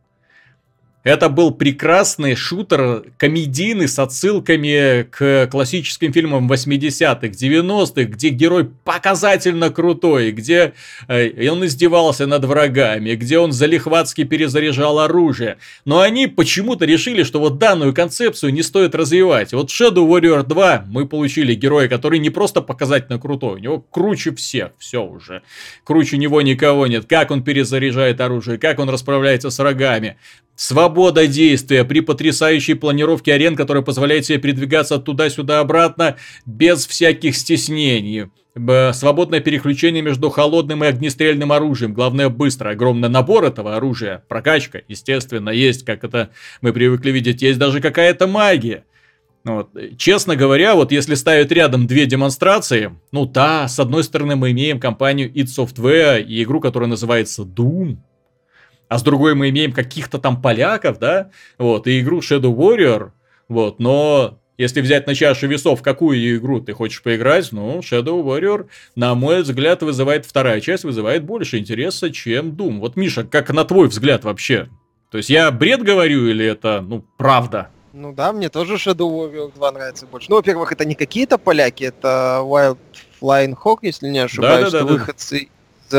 это был прекрасный шутер, комедийный, с отсылками к классическим фильмам 80-х, 90-х, где герой показательно крутой, где он издевался над врагами, где он залихватски перезаряжал оружие. Но они почему-то решили, что вот данную концепцию не стоит развивать. Вот в Shadow Warrior 2 мы получили героя, который не просто показательно крутой, у него круче всех, все уже. Круче него никого нет. Как он перезаряжает оружие, как он расправляется с врагами. Свобода действия при потрясающей планировке арен, которая позволяет себе передвигаться туда-сюда обратно без всяких стеснений. Свободное переключение между холодным и огнестрельным оружием. Главное, быстро. Огромный набор этого оружия. Прокачка, естественно, есть, как это мы привыкли видеть. Есть даже какая-то магия. Вот. Честно говоря, вот если ставить рядом две демонстрации, ну да, с одной стороны мы имеем компанию id Software и игру, которая называется Doom. А с другой мы имеем каких-то там поляков, да, вот, и игру Shadow Warrior, вот, но если взять на чашу весов, какую игру ты хочешь поиграть, ну, Shadow Warrior, на мой взгляд, вторая часть вызывает больше интереса, чем Doom. Вот, Миша, как на твой взгляд вообще? То есть я бред говорю или это, ну, правда? Ну да, мне тоже Shadow Warrior 2 нравится больше. Ну, во-первых, это не какие-то поляки, это Wild Flying Hawk, если не ошибаюсь, выходцы из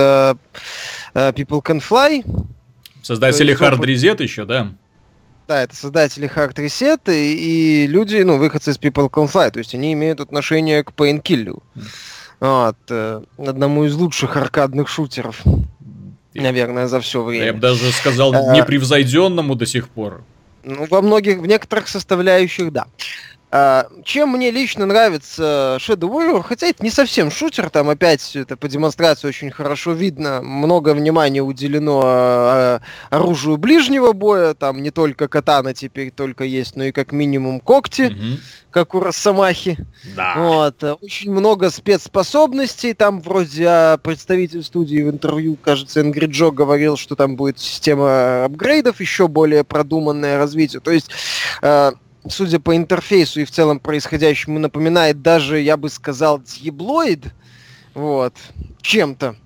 People Can Fly. Создатели Hard Reset еще, да? Да, это создатели Hard Reset и люди, ну, выходцы из People Can Fly, то есть они имеют отношение к Painkiller. Вот, одному из лучших аркадных шутеров, наверное, за все время. Я бы даже сказал, непревзойденному до сих пор. Ну, в некоторых составляющих, да. Чем мне лично нравится Shadow Warrior, хотя это не совсем шутер, там опять это по демонстрации очень хорошо видно, много внимания уделено оружию ближнего боя, там не только катана теперь только есть, но и как минимум когти, как у Росомахи. Да. Вот. Очень много спецспособностей, там вроде представитель студии в интервью, кажется, Angry Joe говорил, что там будет система апгрейдов, еще более продуманное развитие, то есть... судя по интерфейсу и в целом происходящему, напоминает даже, я бы сказал, Diabloid, вот, чем-то.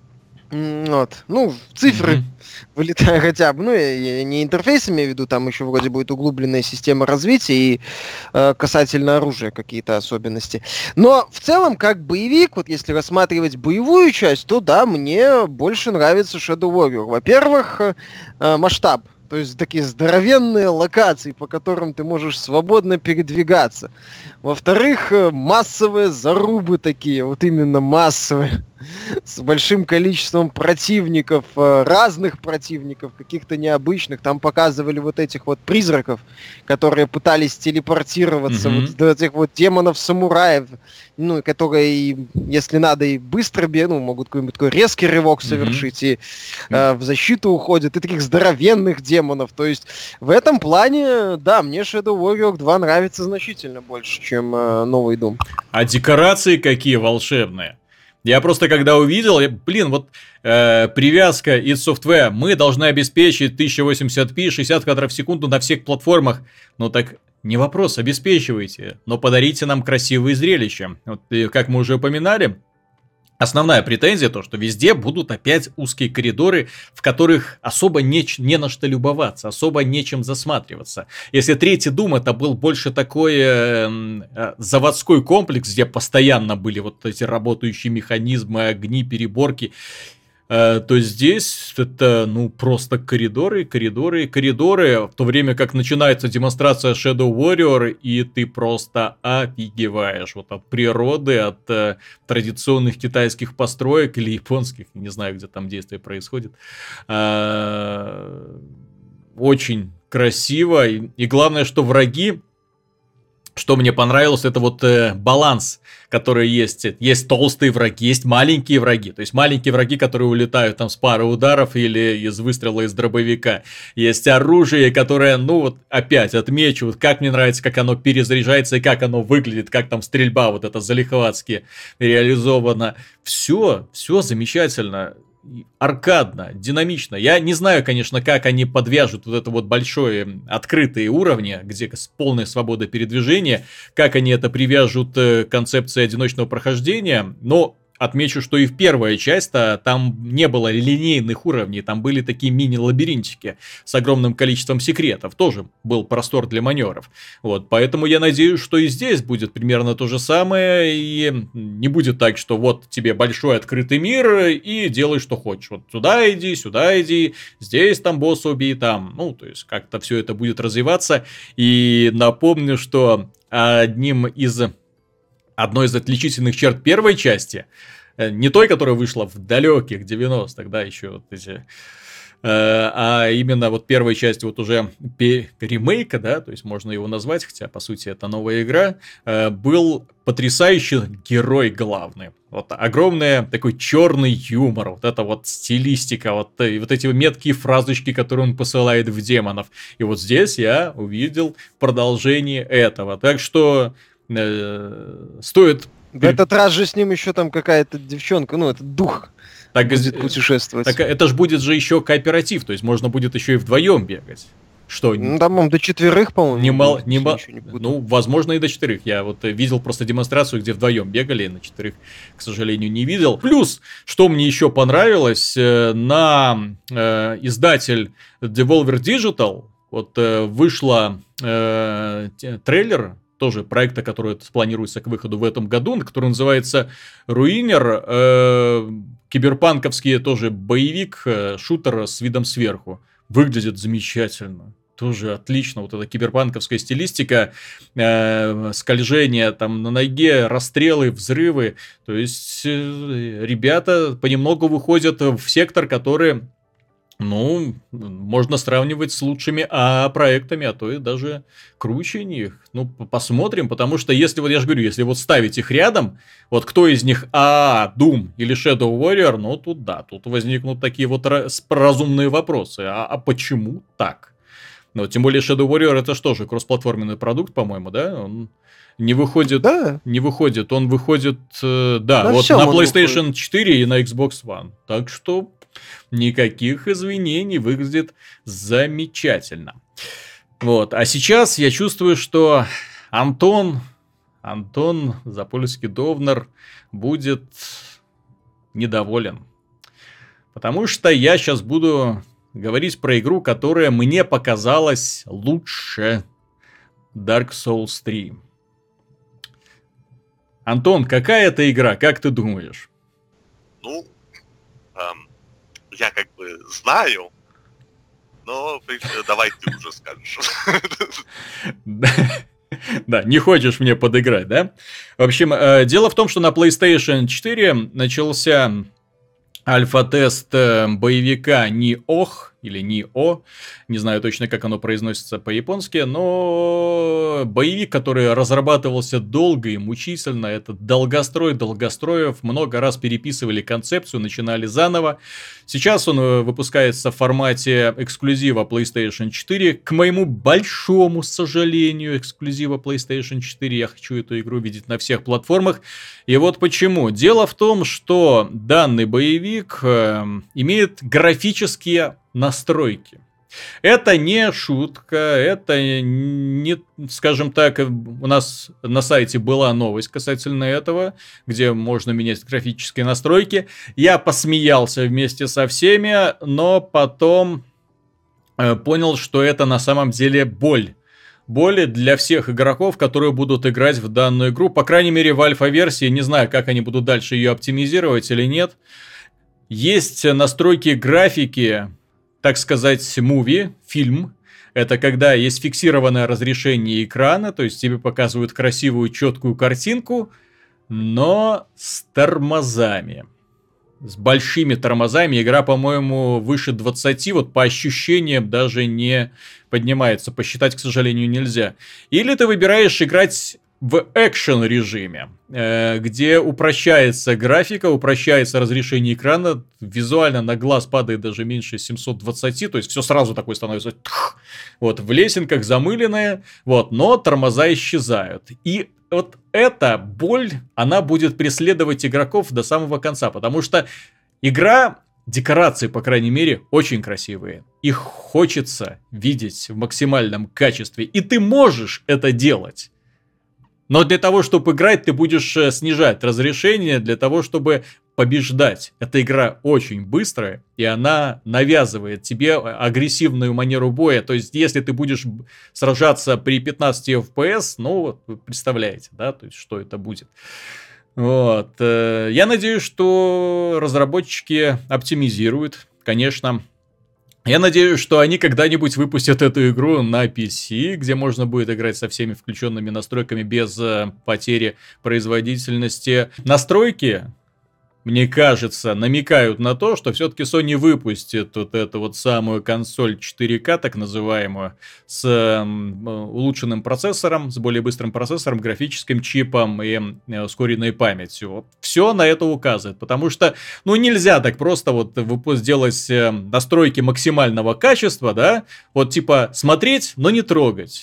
Вот. Ну, цифры вылетая хотя бы, ну, я не интерфейс имею в виду, там еще вроде будет углубленная система развития и касательно оружия какие-то особенности. Но в целом, как боевик, вот если рассматривать боевую часть, то да, мне больше нравится Shadow Warrior. Во-первых, масштаб. То есть такие здоровенные локации, по которым ты можешь свободно передвигаться. Во-вторых, массовые зарубы такие, вот именно массовые. с большим количеством противников, разных противников, каких-то необычных. Там показывали вот этих вот призраков, которые пытались телепортироваться, вот до этих вот демонов-самураев, ну, которые, если надо, и быстро могут какой-нибудь такой резкий рывок совершить, и в защиту уходят, и таких здоровенных демонов. То есть в этом плане, да, мне Shadow Warrior 2 нравится значительно больше, чем новый Doom. А декорации какие волшебные. Я просто когда увидел, привязка id Software, мы должны обеспечить 1080p 60 кадров в секунду на всех платформах. Ну так не вопрос, обеспечивайте, но подарите нам красивые зрелища. Вот, как мы уже упоминали, основная претензия то, что везде будут опять узкие коридоры, в которых особо не на что любоваться, особо нечем засматриваться. Если третий Doom это был больше такой заводской комплекс, где постоянно были вот эти работающие механизмы, огни, переборки, то здесь это, просто коридоры, в то время как начинается демонстрация Shadow Warrior, и ты просто офигеваешь вот от природы, от традиционных китайских построек или японских, не знаю, где там действие происходит. Очень красиво, и главное, что враги, что мне понравилось, это вот баланс, который есть. Есть толстые враги, есть маленькие враги. То есть маленькие враги, которые улетают там с пары ударов или из выстрела из дробовика. Есть оружие, которое, опять отмечу, вот как мне нравится, как оно перезаряжается и как оно выглядит, как там стрельба вот это залихватски реализована. Все замечательно. Аркадно, динамично. Я не знаю, конечно, как они подвяжут вот это вот большое открытые уровни, где с полной свободой передвижения, как они это привяжут к концепции одиночного прохождения, но отмечу, что и в первой части там не было линейных уровней, там были такие мини-лабиринтики с огромным количеством секретов, тоже был простор для маневров. Вот, поэтому я надеюсь, что и здесь будет примерно то же самое, и не будет так, что вот тебе большой открытый мир, и делай, что хочешь. Вот сюда иди, здесь там босса убей, там. То есть как-то все это будет развиваться. И напомню, что одной из отличительных черт первой части, не той, которая вышла в далеких 90-х, да, еще вот эти, а именно вот первой части вот уже ремейка, да, то есть можно его назвать, хотя по сути это новая игра, был потрясающий герой главный. Вот огромный такой черный юмор, вот эта вот стилистика, вот эти меткие фразочки, которые он посылает в демонов. И вот здесь я увидел продолжение этого. Так что стоит... В этот раз же с ним еще там какая-то девчонка, этот дух так, будет путешествовать. Так это ж будет же еще кооператив, то есть можно будет еще и вдвоем бегать. Что? Там до 4, по-моему. Возможно, и до 4. Я вот видел просто демонстрацию, где вдвоем бегали, на 4, к сожалению, не видел. Плюс, что мне еще понравилось, на издатель Devolver Digital вот вышла трейлер тоже проекта, который планируется к выходу в этом году, который называется Ruiner, киберпанковский тоже боевик, шутер с видом сверху. Выглядит замечательно. Тоже отлично. Вот эта киберпанковская стилистика, скольжение там на ноге, расстрелы, взрывы. То есть ребята понемногу выходят в сектор, который... можно сравнивать с лучшими проектами, а то и даже круче них. Посмотрим, потому что если, вот я же говорю, если вот ставить их рядом, вот кто из них Doom или Shadow Warrior, тут возникнут такие вот разумные вопросы. А почему так? Тем более Shadow Warrior это что же, кроссплатформенный продукт, по-моему, да? Он не выходит, он выходит, на PlayStation 4 и на Xbox One. Так что... никаких извинений, выглядит замечательно. Вот, а сейчас я чувствую, что Антон Запольский-Довнер будет недоволен. Потому что я сейчас буду говорить про игру, которая мне показалась лучше Dark Souls 3. Антон, какая это игра, как ты думаешь? Я как бы знаю, но давай ты уже скажешь. Да, не хочешь мне подыграть, да? В общем, дело в том, что на PlayStation 4 начался альфа-тест боевика Ниох, или Нио, не знаю точно, как оно произносится по-японски, но боевик, который разрабатывался долго и мучительно, это долгостроев, много раз переписывали концепцию, начинали заново. Сейчас он выпускается в формате эксклюзива PlayStation 4, к моему большому сожалению, эксклюзива PlayStation 4, я хочу эту игру видеть на всех платформах, и вот почему. Дело в том, что данный боевик имеет графические настройки. Это не шутка, это не, скажем так, у нас на сайте была новость касательно этого, где можно менять графические настройки. Я посмеялся вместе со всеми, но потом понял, что это на самом деле боль. Боль для всех игроков, которые будут играть в данную игру. По крайней мере, в альфа-версии. Не знаю, как они будут дальше ее оптимизировать или нет. Есть настройки графики, так сказать, фильм. Это когда есть фиксированное разрешение экрана, то есть тебе показывают красивую, четкую картинку, но с тормозами. С большими тормозами. Игра, по-моему, выше 20, вот по ощущениям даже не поднимается. Посчитать, к сожалению, нельзя. Или ты выбираешь играть в экшен режиме, где упрощается графика, упрощается разрешение экрана, визуально на глаз падает даже меньше 720, то есть все сразу такое становится, вот, в лесенках замыленное, вот, но тормоза исчезают. И вот эта боль, она будет преследовать игроков до самого конца, потому что игра... Декорации, по крайней мере, очень красивые. Их хочется видеть в максимальном качестве. И ты можешь это делать. Но для того, чтобы играть, ты будешь снижать разрешение для того, чтобы побеждать. Эта игра очень быстрая, и она навязывает тебе агрессивную манеру боя. То есть, если ты будешь сражаться при 15 FPS, ну, вы представляете, да, то есть, что это будет. Вот. Я надеюсь, что разработчики оптимизируют, конечно. Я надеюсь, что они когда-нибудь выпустят эту игру на PC, где можно будет играть со всеми включенными настройками без потери производительности. Настройки, мне кажется, намекают на то, что все-таки Sony выпустит вот эту вот самую консоль 4К, так называемую, с улучшенным процессором, с более быстрым процессором, графическим чипом и ускоренной памятью. Все на это указывает, потому что, ну, нельзя так просто вот сделать настройки максимального качества, да, вот типа смотреть, но не трогать.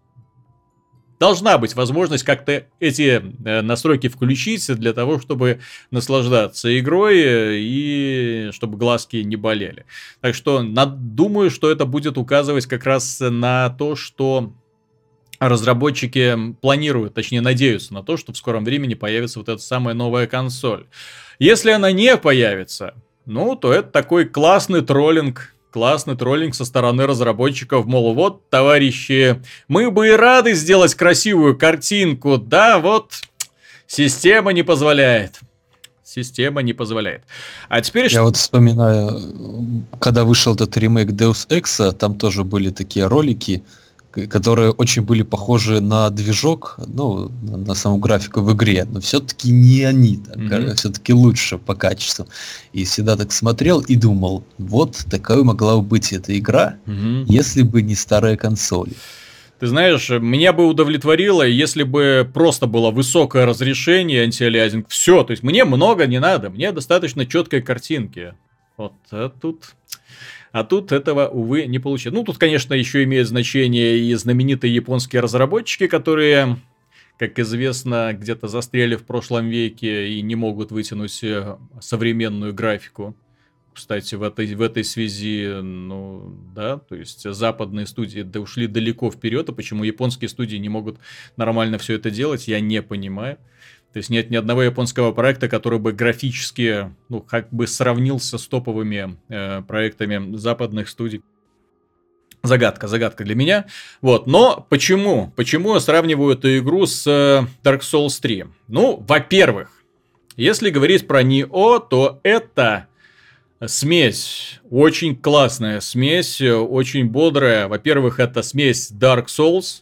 Должна быть возможность как-то эти настройки включить для того, чтобы наслаждаться игрой и чтобы глазки не болели. Так что думаю, что это будет указывать как раз на то, что разработчики планируют, точнее надеются на то, что в скором времени появится вот эта самая новая консоль. Если она не появится, ну, то это такой классный троллинг со стороны разработчиков, мол, вот, товарищи, мы бы и рады сделать красивую картинку, да, вот, система не позволяет. Система не позволяет. А теперь... Я вот вспоминаю, когда вышел этот ремейк Deus Ex, там тоже были такие ролики, которые очень были похожи на движок, ну, на саму графику в игре, но все-таки не они, все-таки лучше по качеству. И всегда так смотрел и думал, вот такая могла бы быть эта игра, если бы не старые консоли. Ты знаешь, меня бы удовлетворило, если бы просто было высокое разрешение, антиалиасинг, все, то есть мне много не надо, мне достаточно четкой картинки. Вот, а тут этого, увы, не получилось. Ну, тут, конечно, еще имеет значение и знаменитые японские разработчики, которые, как известно, где-то застряли в прошлом веке и не могут вытянуть современную графику. Кстати, в этой связи, ну, да, то есть западные студии ушли далеко вперед, а почему японские студии не могут нормально все это делать, я не понимаю. То есть нет ни одного японского проекта, который бы графически, ну, как бы сравнился с топовыми проектами западных студий. Загадка для меня. Вот, но почему? Почему я сравниваю эту игру с Dark Souls 3? Ну, во-первых, если говорить про Нио, то это смесь, очень классная смесь, очень бодрая. Во-первых, это смесь Dark Souls,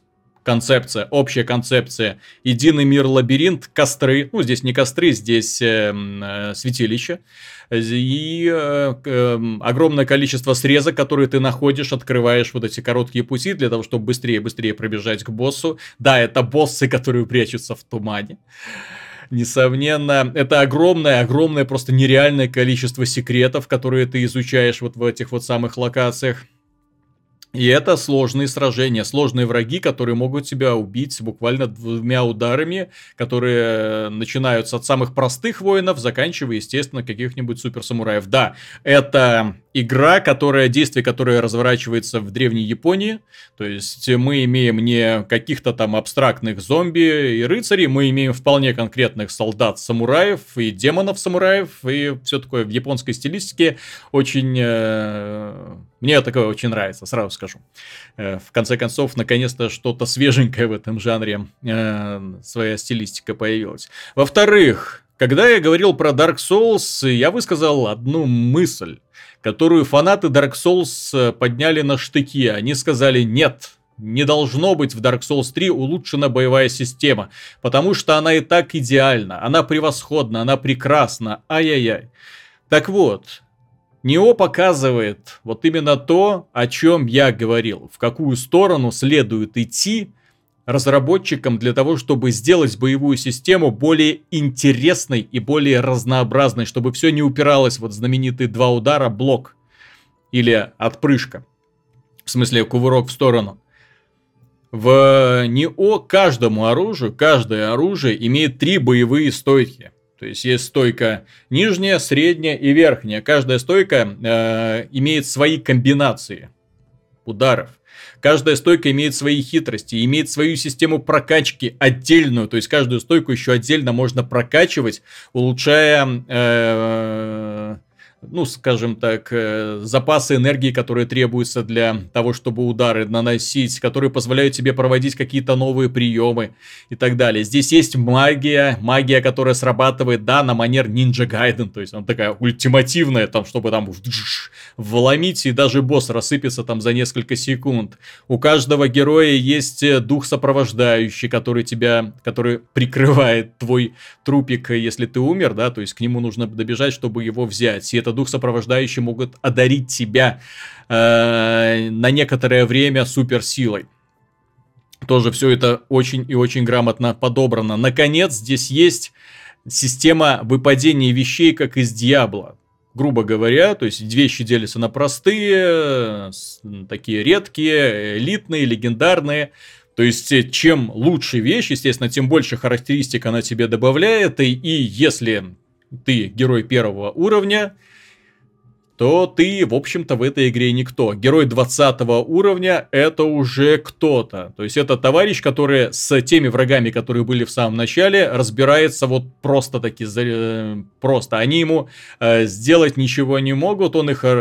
концепция, общая концепция. Единый мир, лабиринт, костры. Ну, здесь не костры, здесь святилища. И огромное количество срезок, которые ты находишь, открываешь вот эти короткие пути для того, чтобы быстрее и быстрее пробежать к боссу. Да, это боссы, которые прячутся в тумане. Несомненно, это огромное, просто нереальное количество секретов, которые ты изучаешь вот в этих вот самых локациях. И это сложные сражения, сложные враги, которые могут тебя убить буквально 2 ударами, которые начинаются от самых простых воинов, заканчивая, естественно, каких-нибудь суперсамураев. Да, это игра, действие которое разворачивается в древней Японии. То есть мы имеем не каких-то там абстрактных зомби и рыцарей, мы имеем вполне конкретных солдат-самураев и демонов-самураев, и все такое в японской стилистике очень... Мне такое очень нравится, сразу скажу. В конце концов, наконец-то что-то свеженькое в этом жанре, своя стилистика появилась. Во-вторых, когда я говорил про Dark Souls, я высказал одну мысль, которую фанаты Dark Souls подняли на штыки. Они сказали: нет, не должно быть в Dark Souls 3 улучшена боевая система, потому что она и так идеальна, она превосходна, она прекрасна, ай-яй-яй. Так вот, Нио показывает вот именно то, о чем я говорил, в какую сторону следует идти разработчикам для того, чтобы сделать боевую систему более интересной и более разнообразной, чтобы все не упиралось в вот знаменитые 2 удара, блок или отпрыжка, в смысле кувырок в сторону. В Нио каждое оружие имеет 3 боевые стойки. То есть есть стойка нижняя, средняя и верхняя. Каждая стойка имеет свои комбинации ударов. Каждая стойка имеет свои хитрости, имеет свою систему прокачки отдельную. То есть каждую стойку еще отдельно можно прокачивать, улучшая, ну, скажем так, запасы энергии, которые требуются для того, чтобы удары наносить, которые позволяют тебе проводить какие-то новые приемы и так далее. Здесь есть магия, которая срабатывает, да, на манер Ninja Gaiden, то есть она такая ультимативная, там, чтобы там вломить, и даже босс рассыпется там за несколько секунд. У каждого героя есть дух сопровождающий, который прикрывает твой трупик, если ты умер, да, то есть к нему нужно добежать, чтобы его взять. И это дух сопровождающий могут одарить тебя на некоторое время суперсилой. Тоже все это очень и очень грамотно подобрано. Наконец, здесь есть система выпадения вещей, как из Диабло. Грубо говоря, то есть вещи делятся на простые, такие редкие, элитные, легендарные. То есть, чем лучше вещь, естественно, тем больше характеристик она тебе добавляет. И если ты герой 1 уровня, то ты, в общем-то, в этой игре никто. Герой 20 уровня – это уже кто-то. То есть, это товарищ, который с теми врагами, которые были в самом начале, разбирается вот просто-таки, просто. Они ему сделать ничего не могут, он их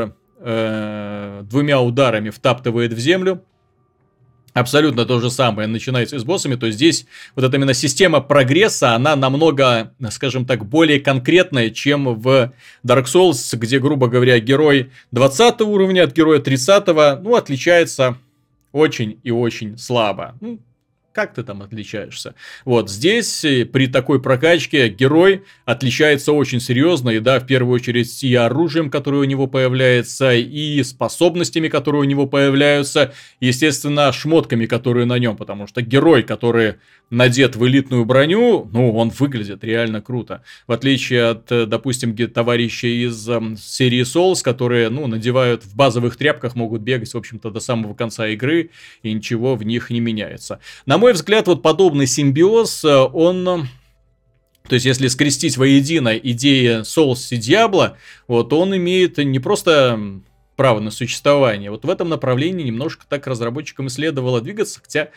2 ударами втаптывает в землю. Абсолютно то же самое начинается с боссами, то есть здесь вот эта именно система прогресса, она намного, скажем так, более конкретная, чем в Dark Souls, где, грубо говоря, герой 20 уровня от героя 30, ну, отличается очень и очень слабо. Ну, как ты там отличаешься? Вот здесь при такой прокачке герой отличается очень серьезно, и да, в первую очередь и оружием, которое у него появляется, и способностями, которые у него появляются, и, естественно, шмотками, которые на нем, потому что герой, который надет в элитную броню, ну, он выглядит реально круто. В отличие от, допустим, товарищей из серии Souls, которые, ну, надевают в базовых тряпках, могут бегать, в общем-то, до самого конца игры, и ничего в них не меняется. На мой взгляд, вот подобный симбиоз, он... То есть, если скрестить воедино идеи Souls и Diablo, вот он имеет не просто право на существование. Вот в этом направлении немножко так разработчикам и следовало двигаться,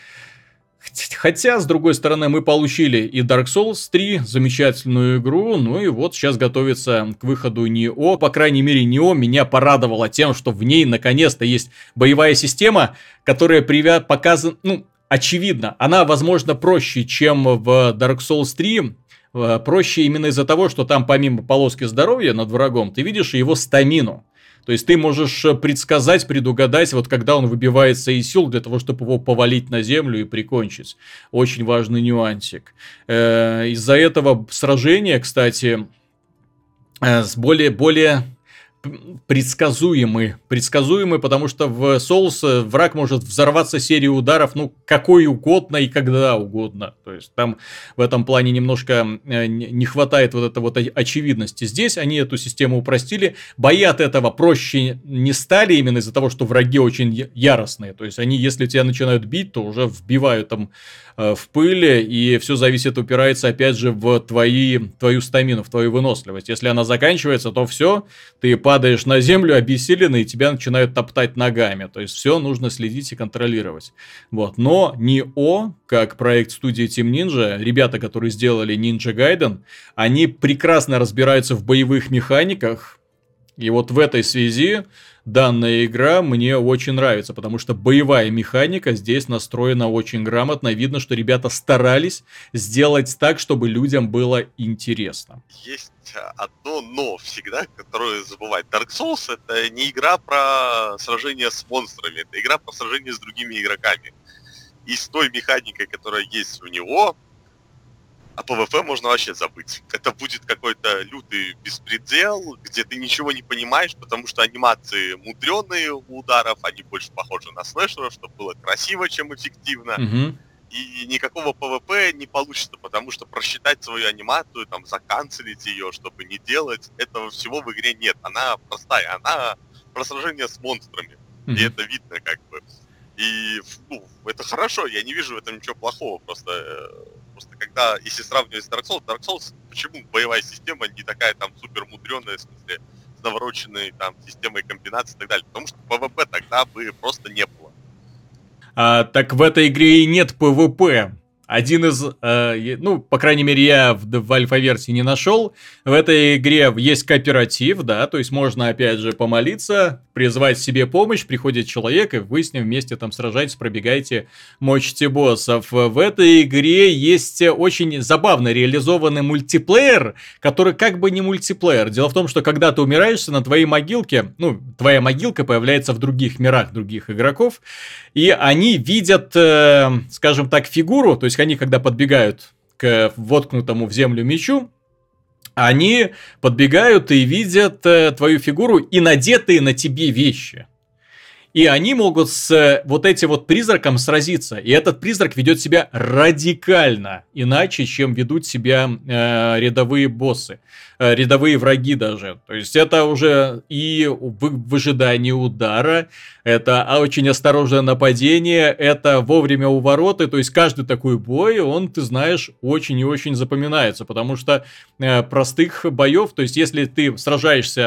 Хотя, с другой стороны, мы получили и Dark Souls 3, замечательную игру, ну и вот сейчас готовится к выходу Нио. По крайней мере, Нио меня порадовало тем, что в ней наконец-то есть боевая система, которая показана, ну, очевидно, она, возможно, проще, чем в Dark Souls 3, проще именно из-за того, что там помимо полоски здоровья над врагом, ты видишь его стамину. То есть ты можешь предсказать, предугадать, вот когда он выбивается из сил для того, чтобы его повалить на землю и прикончить. Очень важный нюансик. Из-за этого сражения, кстати, более предсказуемый, потому что в Souls враг может взорваться серией ударов, ну, какой угодно и когда угодно. То есть там в этом плане немножко не хватает вот этой вот очевидности. Здесь они эту систему упростили. Бои от этого проще не стали именно из-за того, что враги очень яростные. То есть они, если тебя начинают бить, то уже вбивают там в пыль, и все зависит, упирается опять же в твою стамину, в твою выносливость. Если она заканчивается, то все, ты падаешь на землю обессиленный, и тебя начинают топтать ногами. То есть все нужно следить и контролировать. Вот. Но Nioh, как проект студии Team Ninja, ребята, которые сделали Ninja Gaiden, они прекрасно разбираются в боевых механиках. И вот в этой связи данная игра мне очень нравится, потому что боевая механика здесь настроена очень грамотно. Видно, что ребята старались сделать так, чтобы людям было интересно. Есть одно но всегда, которое забывать. Dark Souls — это не игра про сражение с монстрами, это игра про сражение с другими игроками. И с той механикой, которая есть у него, о ПВП можно вообще забыть. Это будет какой-то лютый беспредел, где ты ничего не понимаешь, потому что анимации мудреные у ударов, они больше похожи на слэшеров, чтобы было красиво, чем эффективно. Угу. И никакого ПВП не получится, потому что просчитать свою анимацию, там, заканцелить ее, чтобы не делать, этого всего в игре нет. Она простая, она про сражение с монстрами. И это видно как бы. И, ну, это хорошо, я не вижу в этом ничего плохого, просто когда, если сравнивать с Dark Souls, почему боевая система не такая там супер мудреная, в смысле, с навороченной там системой комбинаций и так далее, потому что PvP тогда бы просто не было. Так в этой игре и нет PvP. Один из, ну, по крайней мере, я в альфа-версии не нашел. В этой игре есть кооператив, да, то есть можно, опять же, помолиться, призвать себе помощь, приходит человек, и вы с ним вместе там сражаетесь, пробегаете, мочите боссов. В этой игре есть очень забавно реализованный мультиплеер, который как бы не мультиплеер. Дело в том, что когда ты умираешь, на твоей могилке, ну, твоя могилка появляется в других мирах других игроков, и они видят, скажем так, фигуру, то есть они, когда подбегают к воткнутому в землю мечу, они подбегают и видят твою фигуру и надетые на тебе вещи. И они могут с вот этим вот призраком сразиться. И этот призрак ведет себя радикально иначе, чем ведут себя рядовые боссы. Рядовые враги даже. То есть это уже и в ожидании удара, это очень осторожное нападение, это вовремя увороты. То есть каждый такой бой, он, ты знаешь, очень и очень запоминается. Потому что простых боев, то есть если ты сражаешься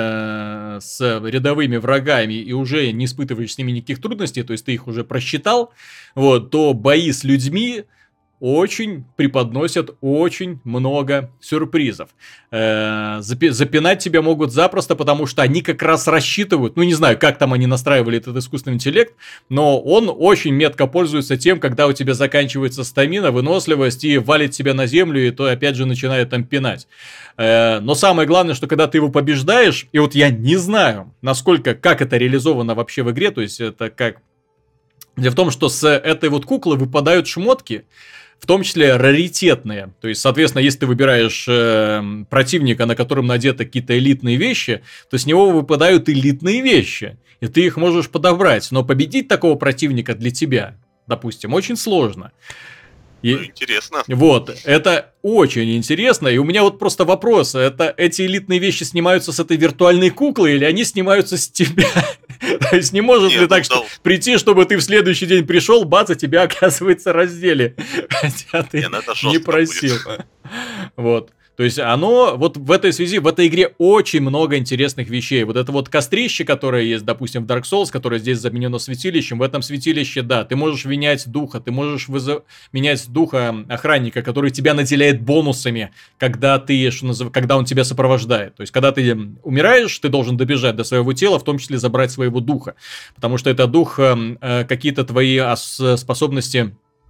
с рядовыми врагами и уже не испытываешь с ними никаких трудностей, то есть ты их уже просчитал, вот, то бои с людьми очень преподносят очень много сюрпризов. Запинать тебя могут запросто, потому что они как раз рассчитывают, ну не знаю, как там они настраивали этот искусственный интеллект, но он очень метко пользуется тем, когда у тебя заканчивается стамина, выносливость и валит тебя на землю, и то опять же начинает там пинать. Но самое главное, что когда ты его побеждаешь, и вот я не знаю, насколько, как это реализовано вообще в игре, то есть это как... Дело в том, что с этой вот куклы выпадают шмотки, в том числе раритетные. То есть, соответственно, если ты выбираешь противника, на котором надеты какие-то элитные вещи, то с него выпадают элитные вещи. И ты их можешь подобрать. Но победить такого противника для тебя, допустим, очень сложно. Ну, интересно. Вот, это очень интересно. И у меня вот просто вопрос. Эти элитные вещи снимаются с этой виртуальной куклы или они снимаются с тебя? То есть не может ли так что прийти, чтобы ты в следующий день пришел, бац, и тебя, оказывается, раздели. Хотя ты не просил. Вот. То есть оно, вот в этой связи, в этой игре очень много интересных вещей. Вот это вот кострище, которое есть, допустим, в Dark Souls, которое здесь заменено святилищем, в этом святилище, да, ты можешь менять духа, ты можешь менять духа охранника, который тебя наделяет бонусами, когда он тебя сопровождает. То есть, когда ты умираешь, ты должен добежать до своего тела, в том числе забрать своего духа. Потому что это дух, какие-то твои способности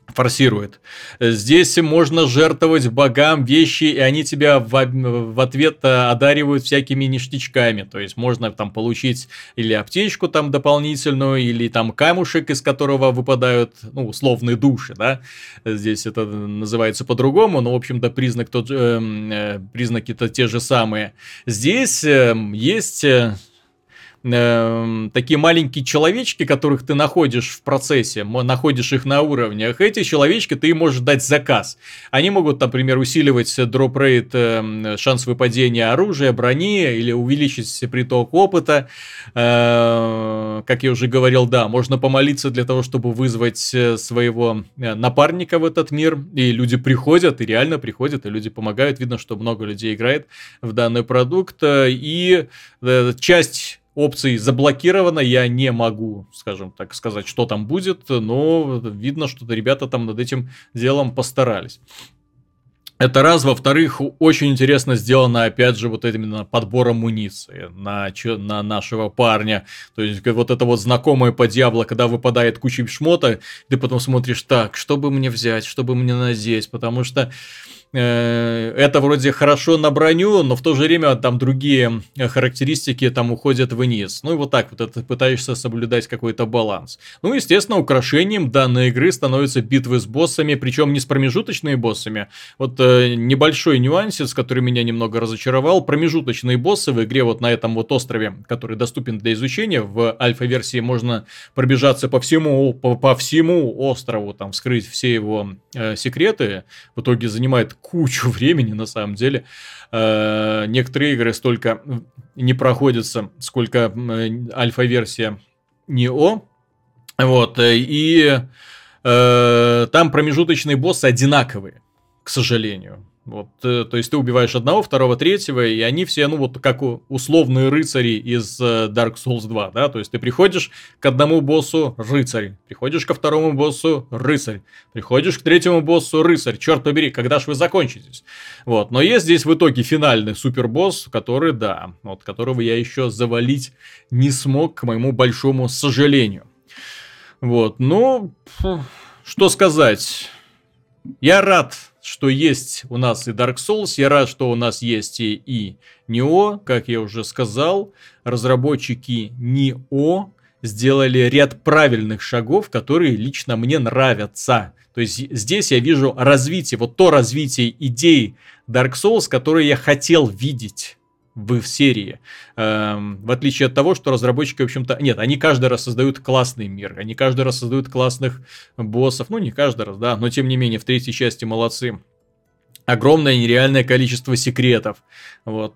форсирует. Здесь можно жертвовать богам вещи, и они тебя в ответ одаривают всякими ништячками. То есть можно там получить или аптечку там дополнительную, или там камушек, из которого выпадают, ну, условные души, да. Здесь это называется по-другому, но, в общем-то, признаки-то те же самые. Здесь есть... такие маленькие человечки, которых ты находишь в процессе, находишь их на уровнях. Эти человечки ты можешь дать заказ. Они могут, например, усиливать дроп-рейт, шанс выпадения оружия, брони, или увеличить приток опыта. Как я уже говорил, да, можно помолиться для того, чтобы вызвать своего напарника в этот мир. И люди приходят, и реально приходят, и люди помогают. Видно, что много людей играет в данный продукт. И часть опций заблокировано, я не могу, скажем так, сказать, что там будет, но видно, что ребята там над этим делом постарались. Это раз. Во-вторых, очень интересно сделано, опять же, вот именно подбором муниции на нашего парня. То есть, вот это вот знакомое по Диабло, когда выпадает куча шмота, ты потом смотришь, так, что бы мне взять, что бы мне надеть, потому что это вроде хорошо на броню, но в то же время там другие характеристики там уходят вниз. Ну и вот так вот это пытаешься соблюдать какой-то баланс. Ну, естественно, украшением данной игры становятся битвы с боссами, причем не с промежуточными боссами. Вот небольшой нюансец, который меня немного разочаровал. Промежуточные боссы в игре вот на этом вот острове, который доступен для изучения, в альфа-версии можно пробежаться по всему острову, там вскрыть все его секреты. В итоге занимает кучу времени, на самом деле. Некоторые игры столько не проходятся, сколько альфа-версия НИО. Вот, и там промежуточные боссы одинаковые, к сожалению. Вот, то есть ты убиваешь одного, второго, третьего, и они все, ну вот как условные рыцари из Dark Souls 2, да, то есть ты приходишь к одному боссу — рыцарь, приходишь ко второму боссу — рыцарь, приходишь к третьему боссу — рыцарь, черт побери, когда ж вы закончитесь? Вот, но есть здесь в итоге финальный супербосс, который, да, вот, которого я еще завалить не смог, к моему большому сожалению. Вот, ну, что сказать, я рад, что есть у нас и Dark Souls, я рад, что у нас есть и НИО, как я уже сказал, разработчики НИО сделали ряд правильных шагов, которые лично мне нравятся. То есть здесь я вижу развитие, вот то развитие идей Dark Souls, которые я хотел видеть в серии. В отличие от того, что разработчики, в общем-то... Нет, они каждый раз создают классный мир, они каждый раз создают классных боссов. Ну, не каждый раз, да, но тем не менее, в третьей части молодцы. Огромное нереальное количество секретов. Вот.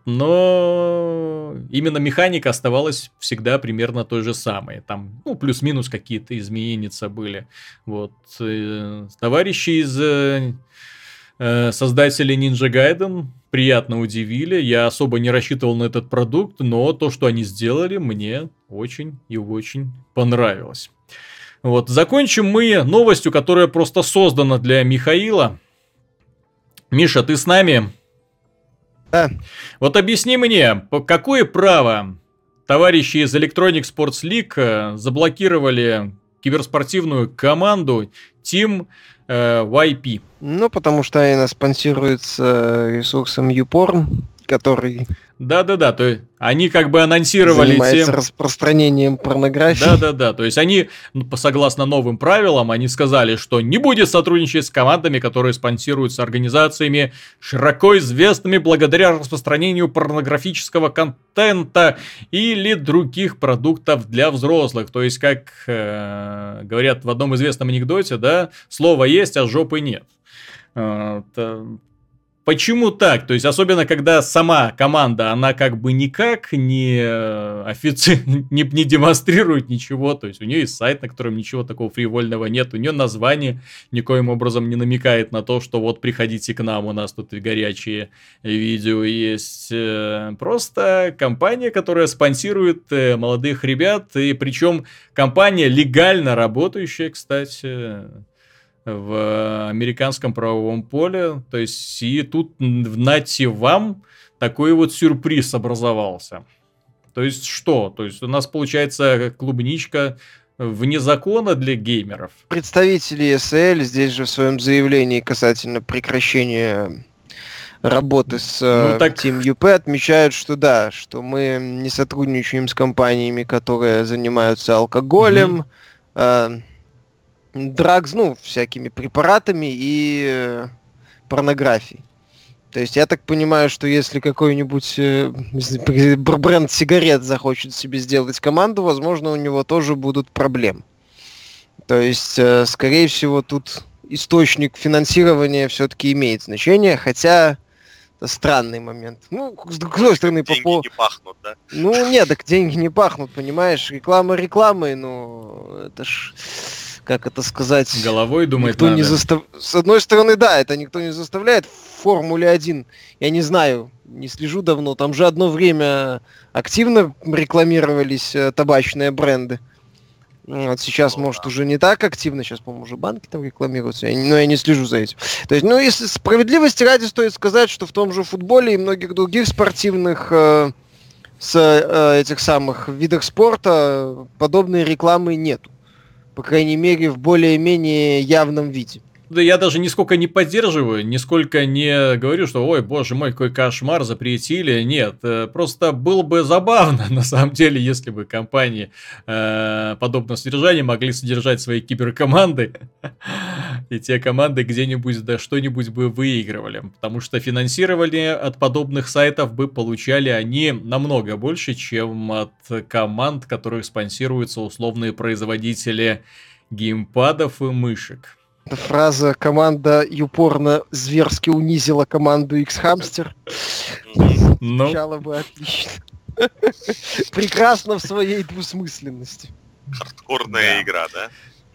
Но именно механика оставалась всегда примерно той же самой. Там, ну, плюс-минус какие-то изменения были. Вот. Товарищи из... создатели Ninja Gaiden приятно удивили. Я особо не рассчитывал на этот продукт, но то, что они сделали, мне очень и очень понравилось. Вот. Закончим мы новостью, которая просто создана для Михаила. Миша, ты с нами? Да. Вот объясни мне, по какое право товарищи из Electronic Sports League заблокировали киберспортивную команду Team YP? Ну, потому что она спонсируется ресурсом YouPorn, который... Да-да-да, то есть они как бы анонсировали... Занимается распространением порнографии. Да-да-да, то есть они, согласно новым правилам, они сказали, что не будет сотрудничать с командами, которые спонсируются организациями, широко известными благодаря распространению порнографического контента или других продуктов для взрослых. То есть, как говорят в одном известном анекдоте, да, слово есть, а жопы нет. Почему так? То есть, особенно, когда сама команда, она как бы никак не демонстрирует ничего. То есть, у нее есть сайт, на котором ничего такого фривольного нет. У нее название никоим образом не намекает на то, что вот приходите к нам, у нас тут и горячие видео есть. Просто компания, которая спонсирует молодых ребят. И причем компания легально работающая, кстати, в американском правовом поле. То есть, и тут, нате вам, такой вот сюрприз образовался. То есть, что? То есть, у нас получается клубничка вне закона для геймеров. Представители ESL здесь же в своем заявлении касательно прекращения работы с Team UP отмечают, что да, что мы не сотрудничаем с компаниями, которые занимаются алкоголем, драгс, всякими препаратами и порнографией. То есть я так понимаю, что если какой-нибудь бренд сигарет захочет себе сделать команду, возможно, у него тоже будут проблемы. То есть, скорее всего, тут источник финансирования все-таки имеет значение, хотя это странный момент. С другой стороны, деньги не пахнут, да? Нет, так деньги не пахнут, понимаешь? Реклама рекламой, это ж... Как это сказать? Головой думать никто надо. С одной стороны, да, это никто не заставляет. В Формуле 1, я не знаю, не слежу давно, там же одно время активно рекламировались табачные бренды. Вот сейчас, может, уже не так активно, сейчас, по-моему, уже банки там рекламируются, но я не слежу за этим. То есть, если справедливости ради стоит сказать, что в том же футболе и многих других спортивных этих самых видах спорта подобной рекламы нету. По крайней мере, в более-менее явном виде. Да я даже нисколько не поддерживаю, нисколько не говорю, что ой, боже мой, какой кошмар, запретили. Нет, просто было бы забавно, на самом деле, если бы компании подобного содержания могли содержать свои киберкоманды, и те команды где-нибудь да что-нибудь бы выигрывали. Потому что финансирование от подобных сайтов бы получали они намного больше, чем от команд, которых спонсируются условные производители геймпадов и мышек. Эта фраза «команда упорно зверски унизила команду X-Hamster» звучала бы отлично. Прекрасно в своей двусмысленности. Хардкорная игра, да?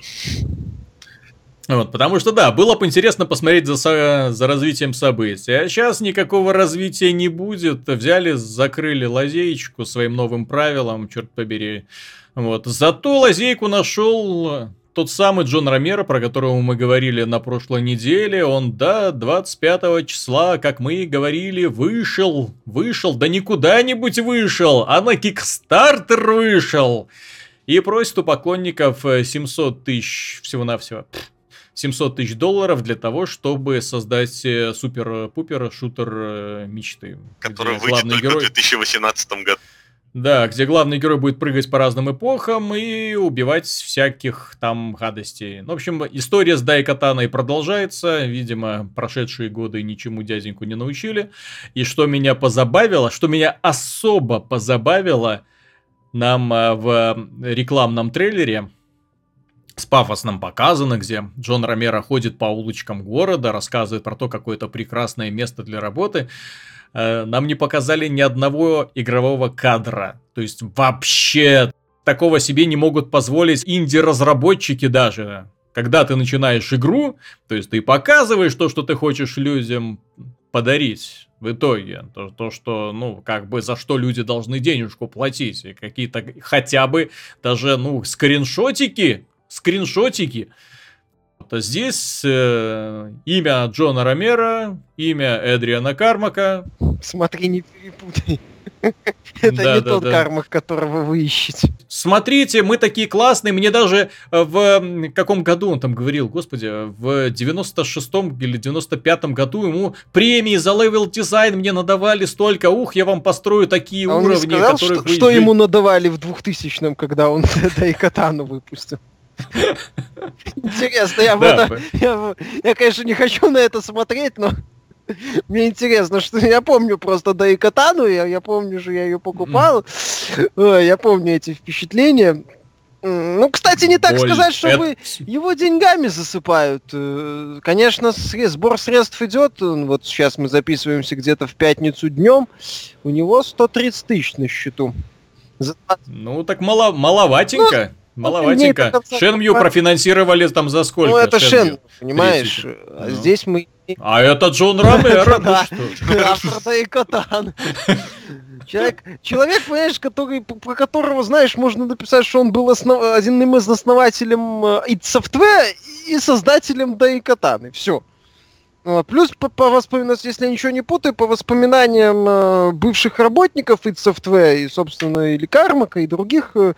Вот, потому что, да, было бы интересно посмотреть за развитием событий. А сейчас никакого развития не будет. Взяли, закрыли лазеечку своим новым правилам, черт побери. Вот. Зато лазейку нашел тот самый Джон Ромеро, про которого мы говорили на прошлой неделе. Он, 25 числа, как мы и говорили, вышел. Да не куда-нибудь вышел, а на Kickstarter вышел. И просит у поклонников 700 тысяч всего-навсего. $700 тысяч для того, чтобы создать супер-пупер шутер мечты. Который выйдет только в 2018 году. Да, где главный герой будет прыгать по разным эпохам и убивать всяких там гадостей. В общем, история с Дайкатаной продолжается. Видимо, прошедшие годы ничему дяденьку не научили. И что меня позабавило, что меня особо позабавило, нам в рекламном трейлере с пафосным показано, где Джон Ромеро ходит по улочкам города, рассказывает про то, какое это прекрасное место для работы. Нам не показали ни одного игрового кадра. То есть вообще такого себе не могут позволить инди-разработчики даже. Когда ты начинаешь игру, то есть ты показываешь то, что ты хочешь людям подарить. В итоге, то, что, за что люди должны денежку платить. И какие-то хотя бы даже, скриншотики. Здесь имя Джона Ромеро, имя Эдриана Кармака. Смотри, не перепутай. Это не тот Кармак, которого вы ищете. Смотрите, мы такие классные. Мне даже в каком году он там говорил, господи, в 96-м или 95-м году ему премии за левел дизайн мне надавали столько. Я вам построю такие уровни. Он не сказал, которые что ему надавали в 2000-м, когда он Дайкатану выпустил? Интересно, я, конечно, не хочу на это смотреть, но мне интересно, что я помню просто Дайкатану, я помню же, я ее покупал, я помню эти впечатления. Кстати, не так сказать, что его деньгами засыпают. Конечно, сбор средств идет, вот сейчас мы записываемся где-то в пятницу днем, у него 130 тысяч на счету. Так маловатенько. Маловатенько. Шенмью профинансировали там за сколько? Это Шен, понимаешь? А здесь мы... А это Джон Ромеро, автор Дайкатаны. Человек, понимаешь, про которого, знаешь, можно написать, что он был одним из основателей id Software и создателем Дайкатаны. Все. Плюс, по воспоминаниям, если я ничего не путаю, по воспоминаниям бывших работников id Software и, собственно, или Кармака, и других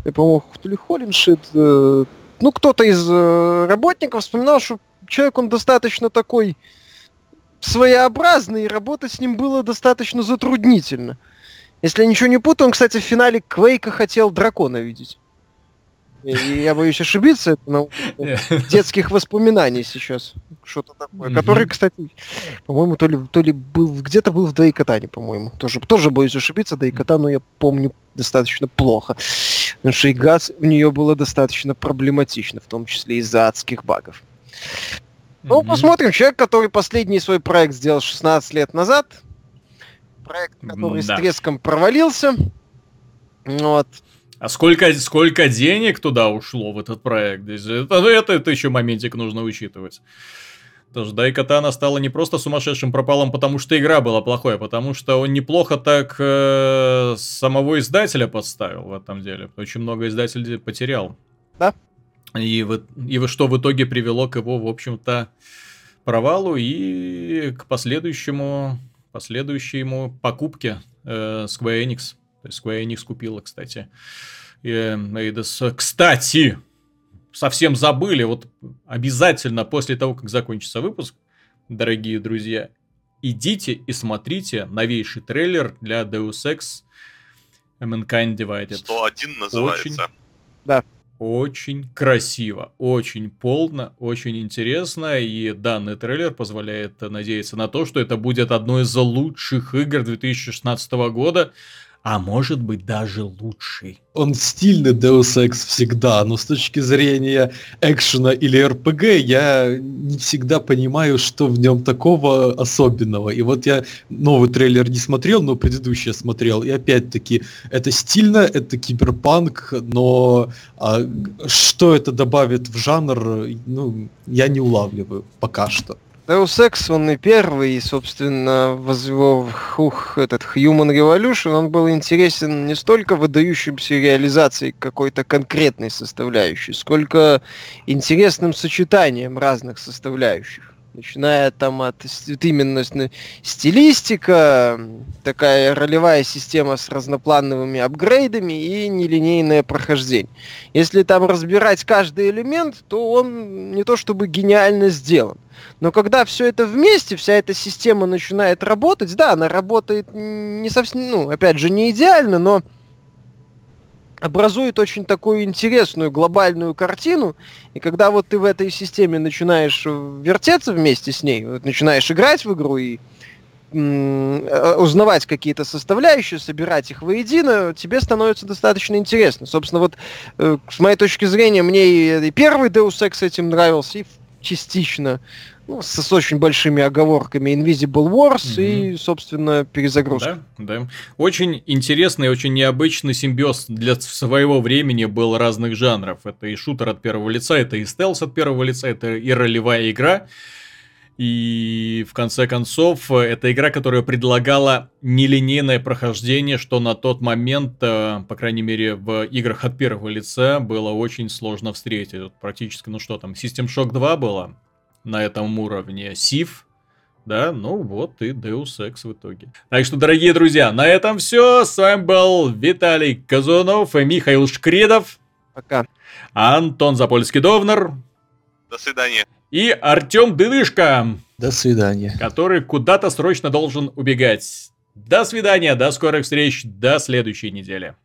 по-моему, то ли Холлиншит, ну, кто-то из работников вспоминал, что человек, он достаточно такой своеобразный, и работать с ним было достаточно затруднительно. Если я ничего не путаю, он, кстати, в финале Квейка хотел дракона видеть. И я боюсь ошибиться, это на детских воспоминаний сейчас. Что-то такое. Который, кстати, по-моему, то ли был, где-то был в Даикатане, по-моему. Тоже боюсь ошибиться, Даикатану я помню достаточно плохо. Потому что игра у нее была достаточно проблематична, в том числе из-за адских багов. Ну, посмотрим. Человек, который последний свой проект сделал 16 лет назад. Проект, который с треском провалился. Вот. А сколько денег туда ушло в этот проект? Это еще моментик нужно учитывать. Потому что Даикатана стала не просто сумасшедшим пропалом, потому что игра была плохой, а потому что он неплохо так самого издателя подставил в этом деле. Очень много издателей потерял. Да. И что в итоге привело к его, в общем-то, провалу и к последующему покупке Square Enix. То есть Square Enix купила, кстати, Eidos. Кстати, совсем забыли, вот обязательно после того, как закончится выпуск, дорогие друзья, идите и смотрите новейший трейлер для Deus Ex Mankind Divided. 101 называется. Очень красиво, очень полно, очень интересно, и данный трейлер позволяет надеяться на то, что это будет одной из лучших игр 2016 года, а может быть даже лучший. Он стильный Deus Ex всегда, но с точки зрения экшена или РПГ я не всегда понимаю, что в нем такого особенного. И вот я новый трейлер не смотрел, но предыдущий я смотрел, и опять-таки это стильно, это киберпанк, но что это добавит в жанр, ну, я не улавливаю пока что. Deus Ex, он и первый, и, собственно, этот Human Revolution, он был интересен не столько выдающимся реализацией какой-то конкретной составляющей, сколько интересным сочетанием разных составляющих. Начиная там от именно стилистика, такая ролевая система с разноплановыми апгрейдами и нелинейное прохождение. Если там разбирать каждый элемент, то он не то чтобы гениально сделан. Но когда все это вместе, вся эта система начинает работать, да, она работает не совсем, ну, опять же, не идеально, но образует очень такую интересную глобальную картину, и когда вот ты в этой системе начинаешь вертеться вместе с ней, вот начинаешь играть в игру и узнавать какие-то составляющие, собирать их воедино, тебе становится достаточно интересно. Собственно, вот с моей точки зрения, мне и первый Deus Ex этим нравился, и частично, ну, с очень большими оговорками Invisible Wars и, собственно, перезагрузка. Да. Очень интересный, очень необычный симбиоз для своего времени был разных жанров. Это и шутер от первого лица, это и стелс от первого лица, это и ролевая игра. И в конце концов, это игра, которая предлагала нелинейное прохождение, что на тот момент, по крайней мере, в играх от первого лица было очень сложно встретить. Вот практически, ну что там, System Shock 2 было на этом уровне, Civ, да, ну вот и Deus Ex в итоге. Так что, дорогие друзья, на этом все. С вами был Виталий Казунов и Михаил Шкридов. Пока. Антон Запольский-Довнер. До свидания. И Артем Дыдышко. До свидания. Который куда-то срочно должен убегать. До свидания, до скорых встреч, до следующей недели.